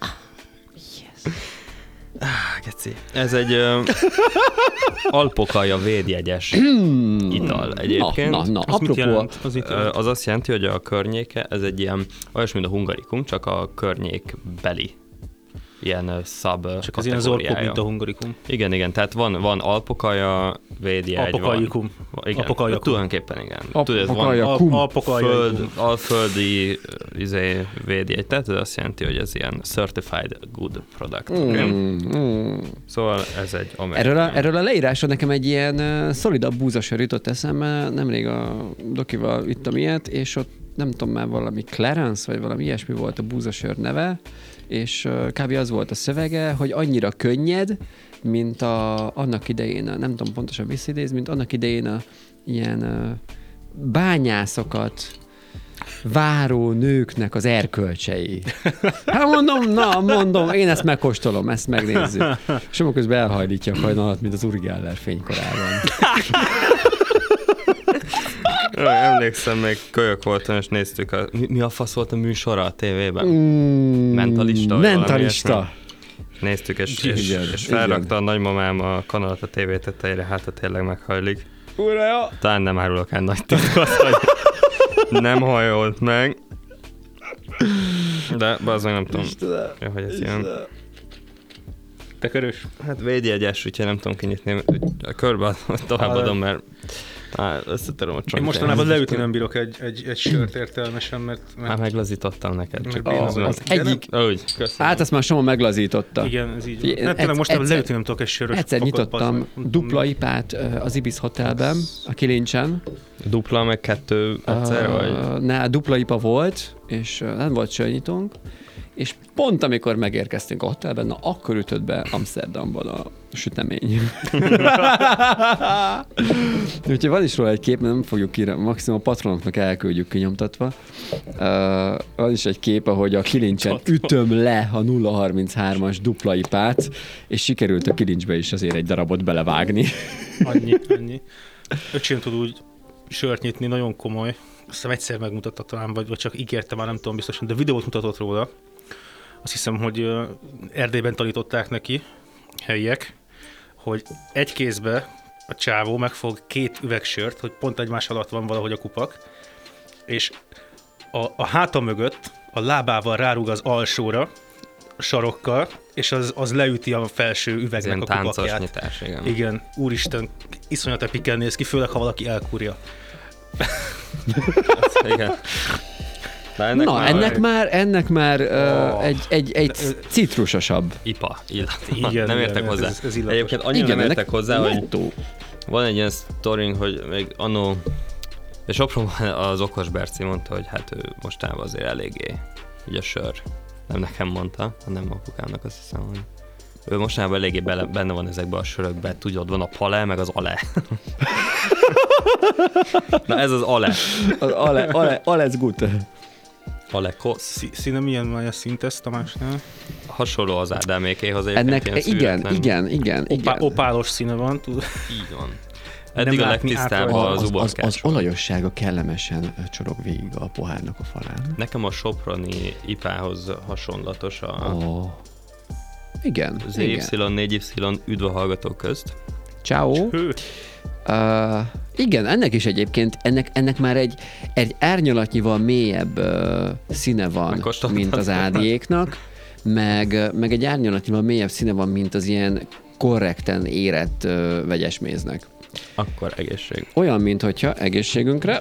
Geci. Ez egy alpokaja védjegyes ital egyébként. Na. Apropó, az azt jelenti, hogy a környéke, ez egy ilyen, olyas, mint a hungarikum, csak a környékbeli ilyen szab csak az ilyen zorkóbb, mint a hungarikum. Igen, tehát van alpokaja, védjegy, Apokaikum. Igen, tulajdonképpen igen. Alföldi védjegy, tehát ez azt jelenti, hogy ez ilyen certified good product. Szóval ez egy amerikai. Erről a leírásról nekem egy ilyen szolidabb búzasör jutott eszembe, nemrég a Dokival ittam ilyet, és ott nem tudom már valami Clarence, vagy valami ilyesmi volt a búzasör neve, és kb. Az volt a szövege, hogy annyira könnyed, mint annak idején, nem tudom pontosan visszaidézni, mint annak idején ilyen bányászokat váró nőknek az erkölcsei. Hát mondom, én ezt megkóstolom, ezt megnézzük. És amikor közben elhajlítja a hajnalat, mint az Uri Geller fénykorában. Emlékszem, még kölyök voltam, és néztük, mi a fasz volt a műsora a tévében? Mentalista. Néztük, és felrakta a nagymamám a kanalat a tévé tetejére, hát ha tényleg meghajlik. Ura, talán nem árulok el nagy titkot, hogy nem hajolt meg. De bazdmeg nem tudom, hogy ez ilyen. Te körös? Hát védjegyes, úgyhogy nem tudom kinyitni. Körbe továbbadom, mert összetöröm a csontját. Én mostanában leütni nem bírok egy sört értelmesen, mert... Már meglazítottam neked. Csak az egyik... Hát azt már Soma meglazította. Igen, ez így van. Hát tényleg mostanában leütni nem tudok egy sörös. Egyszer nyitottam dupla ipát az Ibis Hotelben, a Kilincsen. Dupla, meg 2 egyszer, vagy? Ne, dupla ipa volt, és nem volt sörnyitónk. És pont amikor megérkeztünk a hotelben, akkor ütött be Amsterdamban a sütemény. Úgyhogy van is róla egy kép, nem fogjuk ki, maximum a patronoknak elküldjük kinyomtatva. Van is egy kép, ahogy a Kilincsen ütöm le a 033-as dupla ipát, és sikerült a Kilincsbe is azért egy darabot belevágni. Annyi. Öcsém tud úgy sört nyitni, nagyon komoly. Azt hiszem egyszer megmutatta talán, vagy csak ígérte, már nem tudom biztosan, de videót mutatott róla. Azt hiszem, hogy Erdélyben tanították neki, helyiek, hogy egy kézbe a csávó megfog 2 üveg sört, hogy pont egymás alatt van valahogy a kupak, és a háta mögött a lábával rárúg az alsóra, a sarokkal, és az leüti a felső üvegnek a kupakját. Nyitás, igen. Igen, úristen, iszonyat epiken néz ki, főleg ha valaki elkúrja. Igen. Ennek már egy citrusosabb. IPA illat. Igen, nem értek hozzá. Ez egyébként annyira nem értek hozzá, hogy van egy ilyen sztoring, hogy még annó, és apróban az okos Berci mondta, hogy hát ő mostanában azért eléggé így a sör. Nem nekem mondta, hanem apukámnak, azt hiszem, hogy ő mostanában eléggé benne van ezekben a sörökben, tudod, van a pale, meg az ale. Na ez az ale. Az ale good. Alekos. Színe milyen van a szintesz Tamásnál? Hasonló az Ádámékéhoz. Ennek igen. Opálos színe van. Így van. Eddig a látni legtisztább át, az uborkás. Az olajossága kellemesen csorog végig a pohárnak a falán. Nekem a soproni ipához hasonlatos Igen. az igen. Y4Y üdv a hallgatók közt. Ciao. Igen, ennek is egyébként, ennek már egy árnyalatnyival mélyebb színe van, Megkóstoltad? mint az ádiéknak, meg egy árnyalatnyival mélyebb színe van, mint az ilyen korrekten érett vegyes méznek. Akkor egészség. Olyan, minthogyha egészségünkre,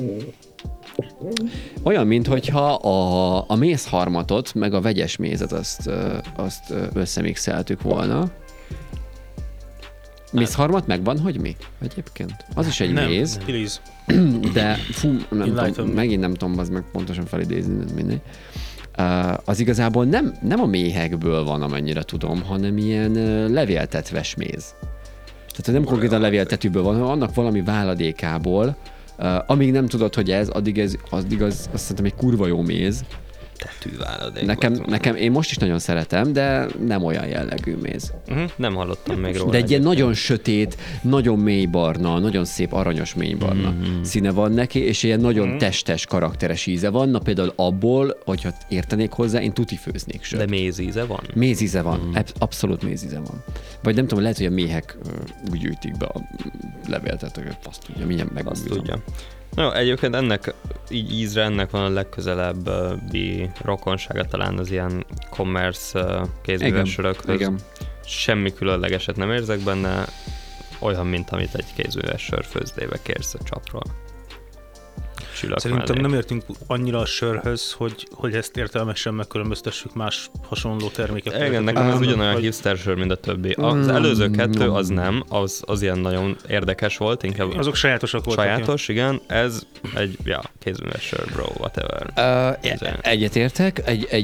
olyan, minthogyha a mézharmatot, meg a vegyes mézet azt összemixeltük volna. Mézharmat megvan, hogy mi? Egyébként. Az is egy méz, Please. de fú, Enlighten tudom, me. megint nem tudom, az meg pontosan felidézni, mindegy. Az igazából nem a méhekből van, amennyire tudom, hanem ilyen levéltetves méz. Tehát nem konkrétan levéltetőből van, hanem annak valami váladékából, amíg nem tudod, hogy ez, addig azt szerintem egy kurva jó méz. Tetűváladék. Nekem én most is nagyon szeretem, de nem olyan jellegű méz. Nem hallottam még róla. De egy ilyen nagyon sötét, nagyon mély barna, nagyon szép aranyos mély barna színe van neki, és ilyen nagyon testes, karakteres íze van. Na például abból, hogyha értenék hozzá, én tuti főznék sört. De mézíze van? Mézíze van, abszolút mézíze van. Vagy nem tudom, lehet, hogy a méhek úgy gyűjtik be a levéltetőket, azt tudja, mindjárt Azt megmondom. tudja. No, egyébként ennek így ízre ennek van a legközelebbi rokonsága talán az ilyen commerce kézműves sörökhöz. Igen. Semmi különlegeset nem érzek benne, olyan, mint amit egy kézműves sörfőzdébe kérsz a csapról. Csillag Szerintem mellé. nem értünk annyira a sörhöz, hogy ezt értelmesen megkülönböztessük más hasonló termékekkel. Igen, nekem ez ugyanolyan Vagy- hipster sör, mint a többi. Az előző kettő az nem, az ilyen nagyon érdekes volt, inkább Azok sajátosak voltak. sajátos, igen. Ez egy, kézműves sör, bro, whatever. Egyetértek.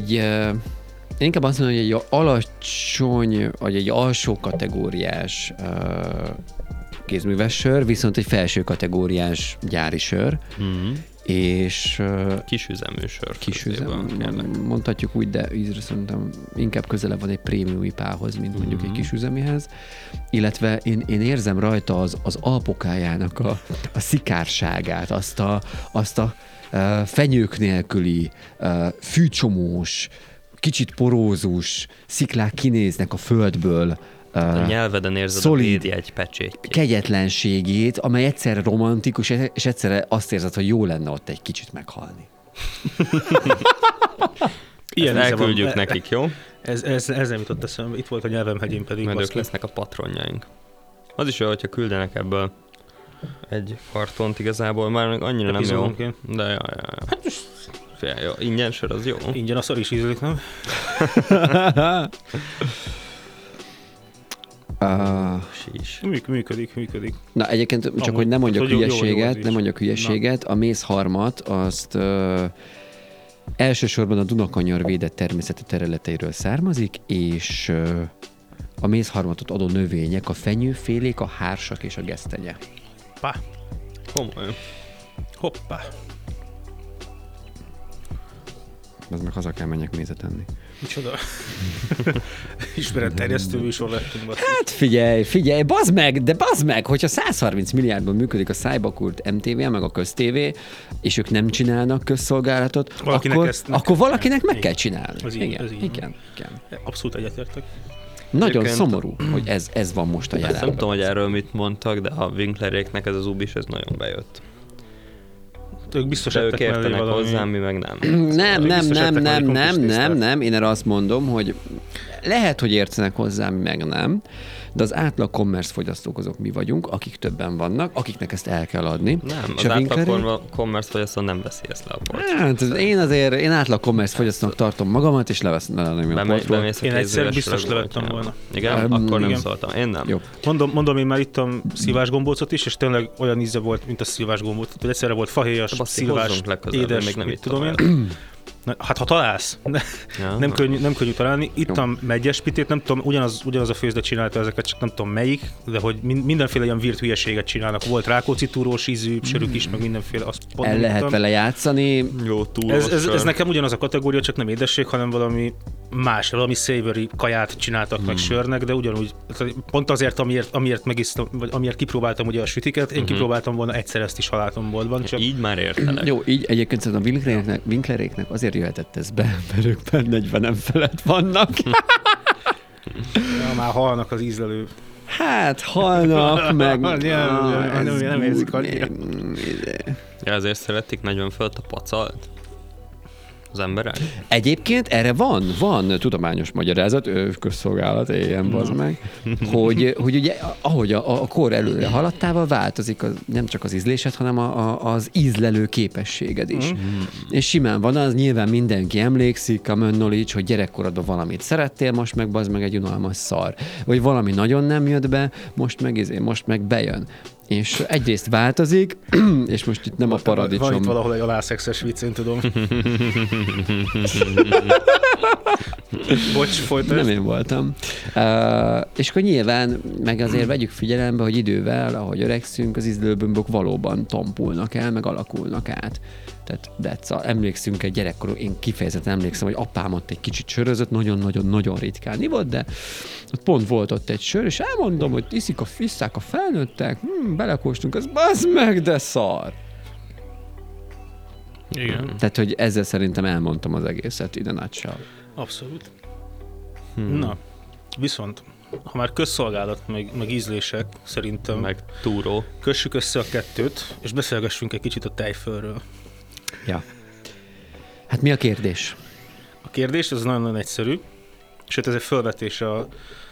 Én inkább azt mondom, hogy egy alacsony, vagy egy alsó kategóriás kézműves sör, viszont egy felső kategóriás gyári sör, és Kisüzemű sör. kisüzem, mondhatjuk úgy, de ízre szerintem inkább közelebb van egy prémium ipához, mint mondjuk egy kisüzemihez. Illetve én érzem rajta az alpokájának a szikárságát, azt a fenyők nélküli, fűcsomós, kicsit porózus, sziklák kinéznek a földből, A nyelveden érzed szolid a védjegy pecsétjét. kegyetlenségét, amely egyszerre romantikus, és egyszerre azt érzed, hogy jó lenne ott egy kicsit meghalni. Ilyen Ezt íze van. elküldjük nekik, jó? Ez nem jutott eszembe. Itt volt a nyelvemhegyén pedig. Majd ők baszki. lesznek a patronjaink. Az is jó, hogyha küldenek ebből egy kartont igazából, már még annyira nem jó. Epizódonként. De ja. Figyelj, jó, ingyen sör az jó. Ingyen a szar is ízlik, nem? Sís. Működik. Na egyébként csak, Amúgy, hogy nem mondjak hogy jó hülyeséget, íz. nem mondjak hülyeséget, a mézharmat azt elsősorban a Dunakanyar védett természeti területeiről származik, és a mézharmatot adó növények a fenyőfélék, a hársak és a gesztenye. Pá. Komolyan. Hoppá. Az meg haza kell menjek mézet enni. Micsoda. Ismeretterjesztő műsor lettünk. Baszki. Hát figyelj, bazd meg, hogyha 130 milliárdban működik a Szájbakurt MTV, meg a KözTV, és ők nem csinálnak közszolgálatot, akkor valakinek meg kell csinálni. Ez így, ez így. Igen. Abszolút egyetértek. Nagyon Egyébként- szomorú, hogy ez van most a Ezt nem jelenben. tudom, hogy erről mit mondtak, de a Winkleréknek ez az ubis, ez nagyon bejött. Ők biztos De ők ettek mellé értenek valami. hozzám, mi meg nem. Nem, én erre azt mondom, hogy lehet, hogy értenek hozzám, meg nem, de az átlag commerce fogyasztók azok mi vagyunk, akik többen vannak, akiknek ezt el kell adni. Nem, És az a Winklerék- átlag commerce fogyasztó nem veszi ezt le a polcról. Hát, én átlag commerce fogyasztónak tartom magamat, és leveszem a polcról. Bemész a Én egyszer kézműves biztos sörökbe, levettem vagy volna. Igen? Um, Akkor nem igen. szóltam. Én nem. Jó. Mondom, én már ittam szilvásgombócot is, és tényleg olyan íze volt, mint a szilvásgombóc. Tehát egyszerre volt fahéjas, Baszki, szilvás, hozzunk legközelebb, én édes, még nem mit ittam tudom én. olyat. Na, hát ha találsz, Ja. nem könnyű találni. Ittam megyes pitét, nem tudom, ugyanaz a főzde csinálta ezeket, csak nem tudom melyik, de hogy mindenféle ilyen virt hülyeséget csinálnak. Volt rákóczi túrós ízű sörük is, meg mindenféle. Azt pont El nem lehet ittam. vele játszani. Jó túl. Ez nekem ugyanaz a kategória, csak nem édesség, hanem valami más, valami savory kaját csináltak meg sörnek, de ugyanúgy, pont azért, amiért megisztam, vagy amiért kipróbáltam ugye a sütiket, én kipróbáltam volna egyszer ezt is haláltomboltban. Csak... Így már értelek. Jó, így egyébként szerintem a Winkleréknek azért jöhetett ez be, mert ők 40-en felett vannak. Ja, már halnak az ízlelő. Hát, halnak, meg... nem érzik annyira. Ja, azért szeretik 40 fölött a pacalt az emberek? Egyébként erre van tudományos magyarázat, közszolgálat, ilyen bazd meg, hogy ugye ahogy a kor előre haladtával változik nem csak az ízlésed, hanem az ízlelő képességed is. És simán van az, nyilván mindenki emlékszik, a knowledge, hogy gyerekkorodban valamit szerettél, most meg bazd meg egy unalmas szar. Vagy valami nagyon nem jött be, most meg bejön. És egyrészt változik, és most itt nem a paradicsom. Van itt valahol egy alászexes vicc, én tudom. Bocs, folytasd. Nem én voltam. És akkor nyilván meg azért vegyük figyelembe, hogy idővel, ahogy öregszünk, az ízlőbömbök valóban tompulnak el, meg alakulnak át. Tehát emlékszünk egy gyerekkorú, én kifejezetten emlékszem, hogy apám ott egy kicsit sörözött, nagyon-nagyon-nagyon ritkán volt, de ott pont volt ott egy sör, és elmondom, hogy isszák a felnőttek, belekóstunk, az bazd meg, de szar. Igen. Tehát, hogy ezzel szerintem elmondtam az egészet ide nutshell. Abszolút. Na, viszont, ha már közszolgálat, meg ízlések, szerintem Meg túró. kössük össze a kettőt, és beszélgessünk egy kicsit a tejfölről. Ja. Hát mi a kérdés? A kérdés, ez nagyon-nagyon egyszerű, sőt, ez egy felvetés a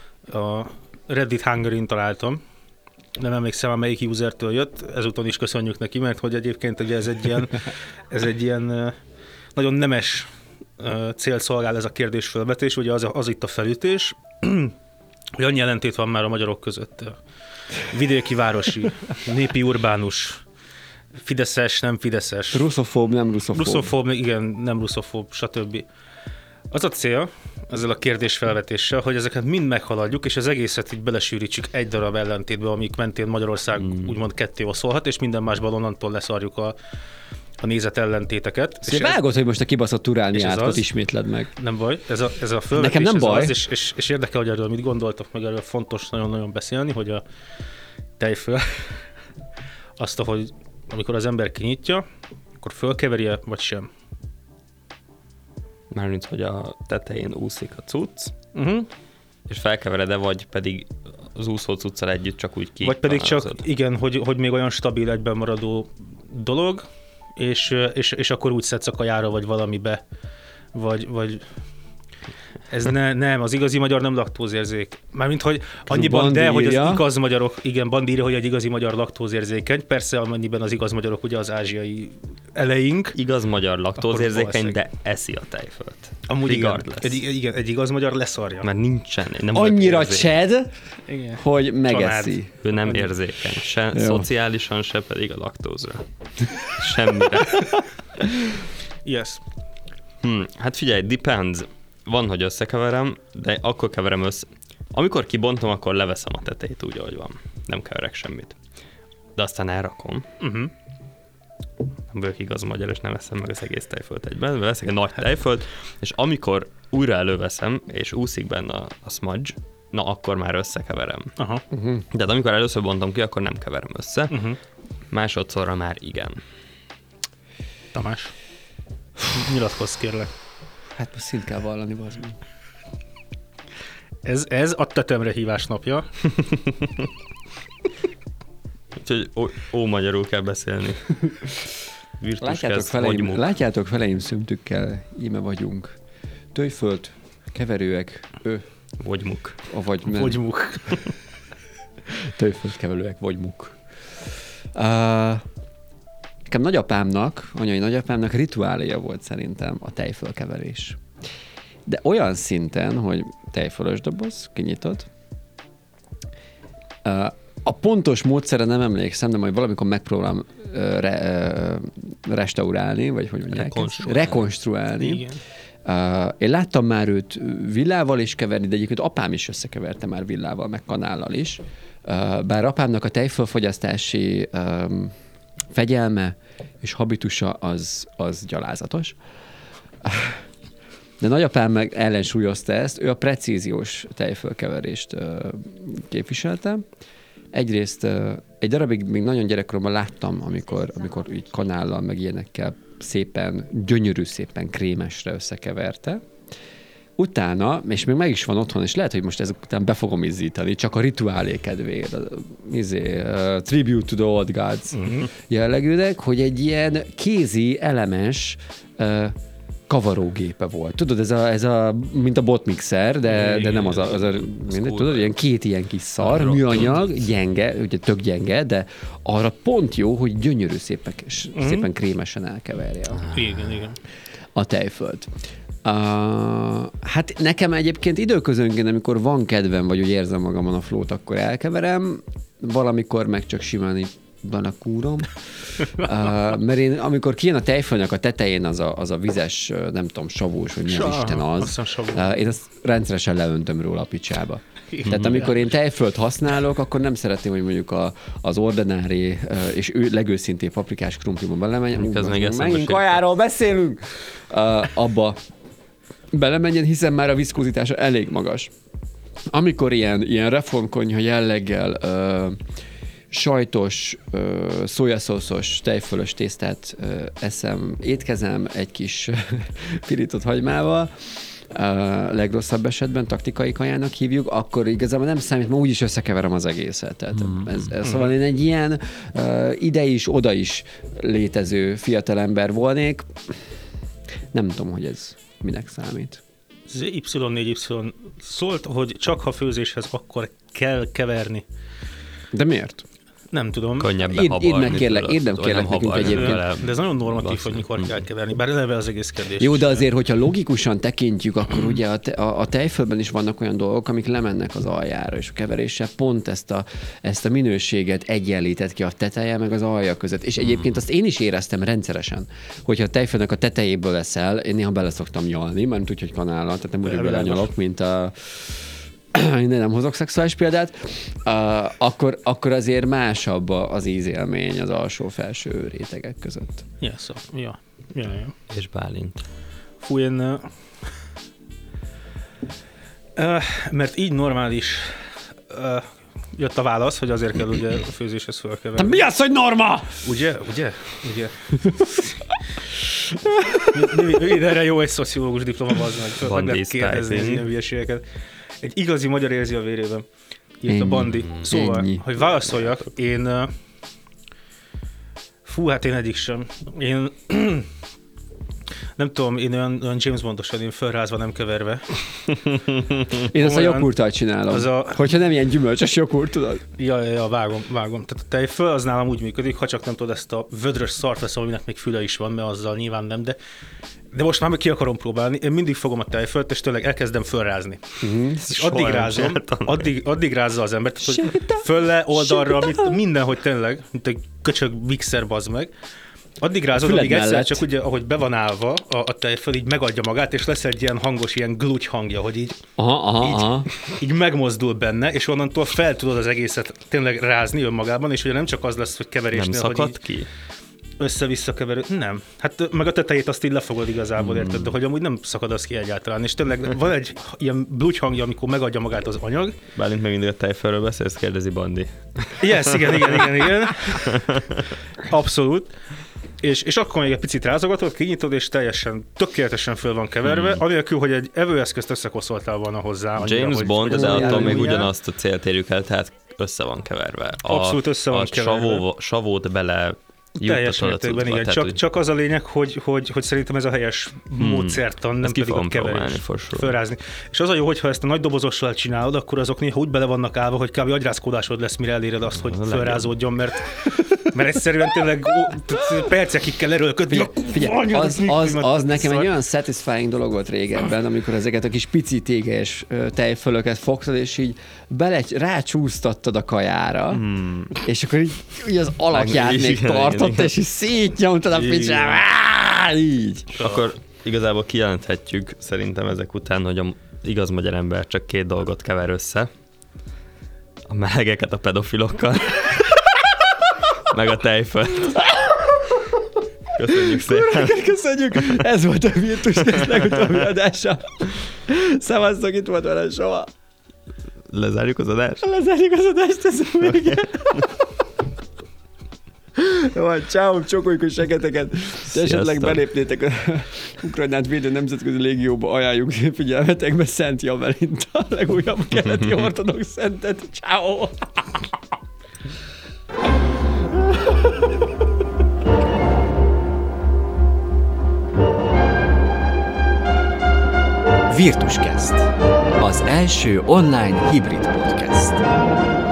Reddit Hungary-n találtam. Nem emlékszem, melyik usertől jött, ezúton is köszönjük neki, mert hogy egyébként ugye ez egy ilyen nagyon nemes cél szolgál ez a kérdés felvetés, ugye az itt a felütés, hogy annyi ellentét van már a magyarok között. Vidéki, városi, népi, urbánus, fideszes, nem fideszes. Russzofób, nem russzofób. Russzofób, igen, nem russzofób, stb. Az a cél ezzel a kérdésfelvetéssel, hogy ezeket mind meghaladjuk, és az egészet így belesűrítsük egy darab ellentétbe, amik mentén Magyarország úgymond ketté oszolhat, és minden másban onnantól leszarjuk a nézet ellentéteket. Szóval vágod, hogy most a kibaszott turániátkot ismétled meg. Nem baj, ez a felvetés. Nekem nem baj. Az, és érdekel, hogy erről mit gondoltok, meg erről fontos nagyon-nagyon beszélni, hogy a tejföl azt, hogy amikor az ember kinyitja, akkor fölkeveri-e, vagy sem. Mármint, hogy a tetején úszik a cucc, és felkevered-e, vagy pedig az úszó cuccal együtt csak úgy ki. Vagy pedig csak, igen, hogy még olyan stabil egyben maradó dolog, és akkor úgy szedsz a kajára, vagy valamibe, vagy ez nem, az igazi magyar nem laktózérzék. Mármint, hogy annyiban, de, hogy az igaz magyarok, igen, Bandi írja, hogy egy igazi magyar laktózérzékeny, persze amennyiben az igaz magyarok ugye az ázsiai eleink. Igaz magyar laktózérzékeny, de eszi a tejfölt. Amúgy igen, egy igaz magyar leszarja. Mert nincsen. Nem annyira csed, hogy megeszi. Ő nem érzékeny, se szociálisan, se pedig a laktózra. Semmire. Yes. Hát figyelj, depends. Van, hogy összekeverem, de akkor keverem össze. Amikor kibontom, akkor leveszem a tetejét úgy, ahogy van. Nem keverek semmit. De aztán elrakom. Nem vagyok igaz magyar, és nem veszem meg az egész tejfölt egyben. Veszek egy nagy tejfölt, és amikor újra előveszem, és úszik benne a smudge, na akkor már összekeverem. Aha. De amikor először bontom ki, akkor nem keverem össze. Másodszorra már igen. Tamás, nyilatkozz kérlek. Hát most szint kell vallani, bazd meg. Ez a tetemre hívás napja. Úgyhogy magyarul kell beszélni. Látjátok feleim szömtükkel, íme vagyunk. Tőjföld, keverőek, Vagymuk. Vagymuk. Tőjföld, keverőek, vagymuk. Nekem nagyapámnak, anyai nagyapámnak rituáléja volt szerintem a tejfölkeverés. De olyan szinten, hogy tejfölös doboz, kinyitod. A pontos módszerre nem emlékszem, de majd valamikor megpróbálom restaurálni, vagy hogy mondják? Rekonstruálni. Igen. Én láttam már őt villával is keverni, de egyébként apám is összekeverte már villával, meg kanállal is. Bár apámnak a tejfölfogyasztási fegyelme és habitusa az gyalázatos. De nagyapám meg ellensúlyozta ezt, ő a precíziós tejfölkeverést képviselte. Egyrészt egy darabig még nagyon gyerekkoromban láttam, amikor így kanállal, meg ilyenekkel szépen, gyönyörű szépen krémesre összekeverte. Utána, és még meg is van otthon, és lehet, hogy most ezek után be fogom izzítani, csak a rituálé kedvéért, tribute to the old gods jellegűnek, hogy egy ilyen kézi, elemes kavarógépe volt. Tudod, ez a mint a botmixer, de nem az mindegy, tudod, ilyen két ilyen kis szar, műanyag, gyenge, ugye tök gyenge, de arra pont jó, hogy gyönyörű szépen krémesen elkeverje Igen. A tejfölt. Hát nekem egyébként időközönként, amikor van kedvem, vagy úgy érzem magamon a flót, akkor elkeverem, valamikor meg csak simán így van a kúrom. Mert én, amikor kijön a tejfölnek a tetején az a vizes, nem tudom, savós, hogy mi az Isten az, én azt rendszeresen leöntöm róla a picsába. Tehát amikor én tejfölt használok, akkor nem szeretném, hogy mondjuk az ordinári és legőszintébb paprikás krumpliban belemenjen. Megint kajáról beszélünk! Abba belemenjen, hiszen már a viszkózitása elég magas. Amikor ilyen reformkonyha jelleggel sajtos, szójaszószos, tejfölös tésztát étkezem egy kis pirított hagymával, legrosszabb esetben taktikai kajának hívjuk, akkor igazából nem számít, mert úgyis összekeverem az egészet. Tehát szóval én egy ilyen ide is, oda is létező fiatalember volnék. Nem tudom, hogy ez minek számít. Az Y4Y szólt, hogy csak ha főzéshez akkor kell keverni. De miért? Nem tudom. Könnyebben habarni. Írd nem kérlek nekünk egyébként. De ez nagyon normatív, hogy mikor kell keverni, bár eleve az egész kérdés. Jó, de azért, hogyha logikusan tekintjük, akkor ugye a tejfölben is vannak olyan dolgok, amik lemennek az aljára, és a keveréssel pont ezt a minőséget egyenlített ki a teteje meg az alja között. És egyébként azt én is éreztem rendszeresen, hogyha a tejfölnek a tetejéből leszel, én néha bele szoktam nyalni, mert úgy, hogy kanállal, tehát nem úgy bele nyalok, mint én nem hozok szexuális példát, akkor azért másabb az ízélmény az alsó-felső rétegek között. Ja. És Bálint. Fú, én... mert így normális jött a válasz, hogy azért kell ugye a főzéshez felkeverni. Mi az, hogy norma? Ugye? Mindenre jó egy szociológus diploma, az meg lehet kérdezni ilyen hülyeségeket. Egy igazi magyar érzi a vérében. Írt a Bandi. Szóval, hogy válaszoljak, én... hát én egyik sem. Én... nem tudom, én olyan James Bondosan, én fölrázva, nem keverve. Én azt a jogurttal csinálom. Hogyha nem ilyen gyümölcsös jogurt, tudod? Ja, vágom. Tehát a tejföl az nálam úgy működik, ha csak nem tudod ezt a vödrös szart veszem, aminek még füle is van, mert azzal nyilván nem, de most már meg ki akarom próbálni. Én mindig fogom a tejfölt, és tényleg elkezdem fölrázni. És addig rázza az ember, hogy fölle, oldalra, mindenhogy tényleg, mint egy köcsög mixer, bazd meg. Addig rázod, addig egyszer csak ugye, ahogy be van állva a tejföl, így megadja magát, és lesz egy ilyen hangos, ilyen glúgy hangja, hogy így megmozdul benne, és onnantól fel tudod az egészet tényleg rázni önmagában, és ugye nem csak az lesz, hogy keverésnél, nem szakad ki? Össze-vissza keverő. Nem. Hát meg a tetejét azt így lefogod igazából, érted? De hogy amúgy nem szakad az ki egyáltalán. És tényleg van egy ilyen blúgy hangja, amikor megadja magát az anyag. Bálint meg mindig a tejfölről beszélsz, kérdezi Bandi. Yes, igen. Abszolút. És akkor még egy picit rázogatod, kinyitod, és tökéletesen föl van keverve, anélkül, hogy egy evőeszközt összekoszoltál volna hozzá. Annyira, James Bond, de attól még ugyanazt a célt érjük el, tehát össze van keverve. Abszolút össze van keverve. Savót bele teljes mértékben, igen. Csak az a lényeg, hogy szerintem ez a helyes módszertan, nem pedig a keverés. Fölrázni. És az a jó, hogyha ezt a nagy dobozossal csinálod, akkor azok néha úgy bele vannak állva, hogy kb. Agyrázkódásod lesz, mire eléred azt, hogy fölrázódjon, mert egyszerűen tényleg percekig kell erőlködni. Figyelj, az nekem egy olyan satisfying dolog volt régebben, amikor ezeket a kis pici tégelyes tejfölöket fogtad, és így rácsúsztattad a kajára, és akkor így az alakját még tartott, és így szétnyomtad a picsába. Így. Akkor igazából kijelenthetjük szerintem ezek után, hogy a igaz magyar ember csak két dolgot kever össze. A melegeket a pedofilokkal, meg a tejfölt. Köszönjük szépen. Köszönjük. Ez volt a Virtus legutóbbi adása. Szevasztok, itt volt vele Sova. Lezárjuk az adást? Lezárjuk az adást, ez a vége. Jó, ciao, csokoljuk a segeteket. Ha esetleg belépnétek a Ukrajnát védő nemzetközi légióba, ajánljuk figyelmetekbe Szent Javelint, a legújabb keleti ortodox szentet. Ciao. Virtus Kast, az első online hibrid podcast.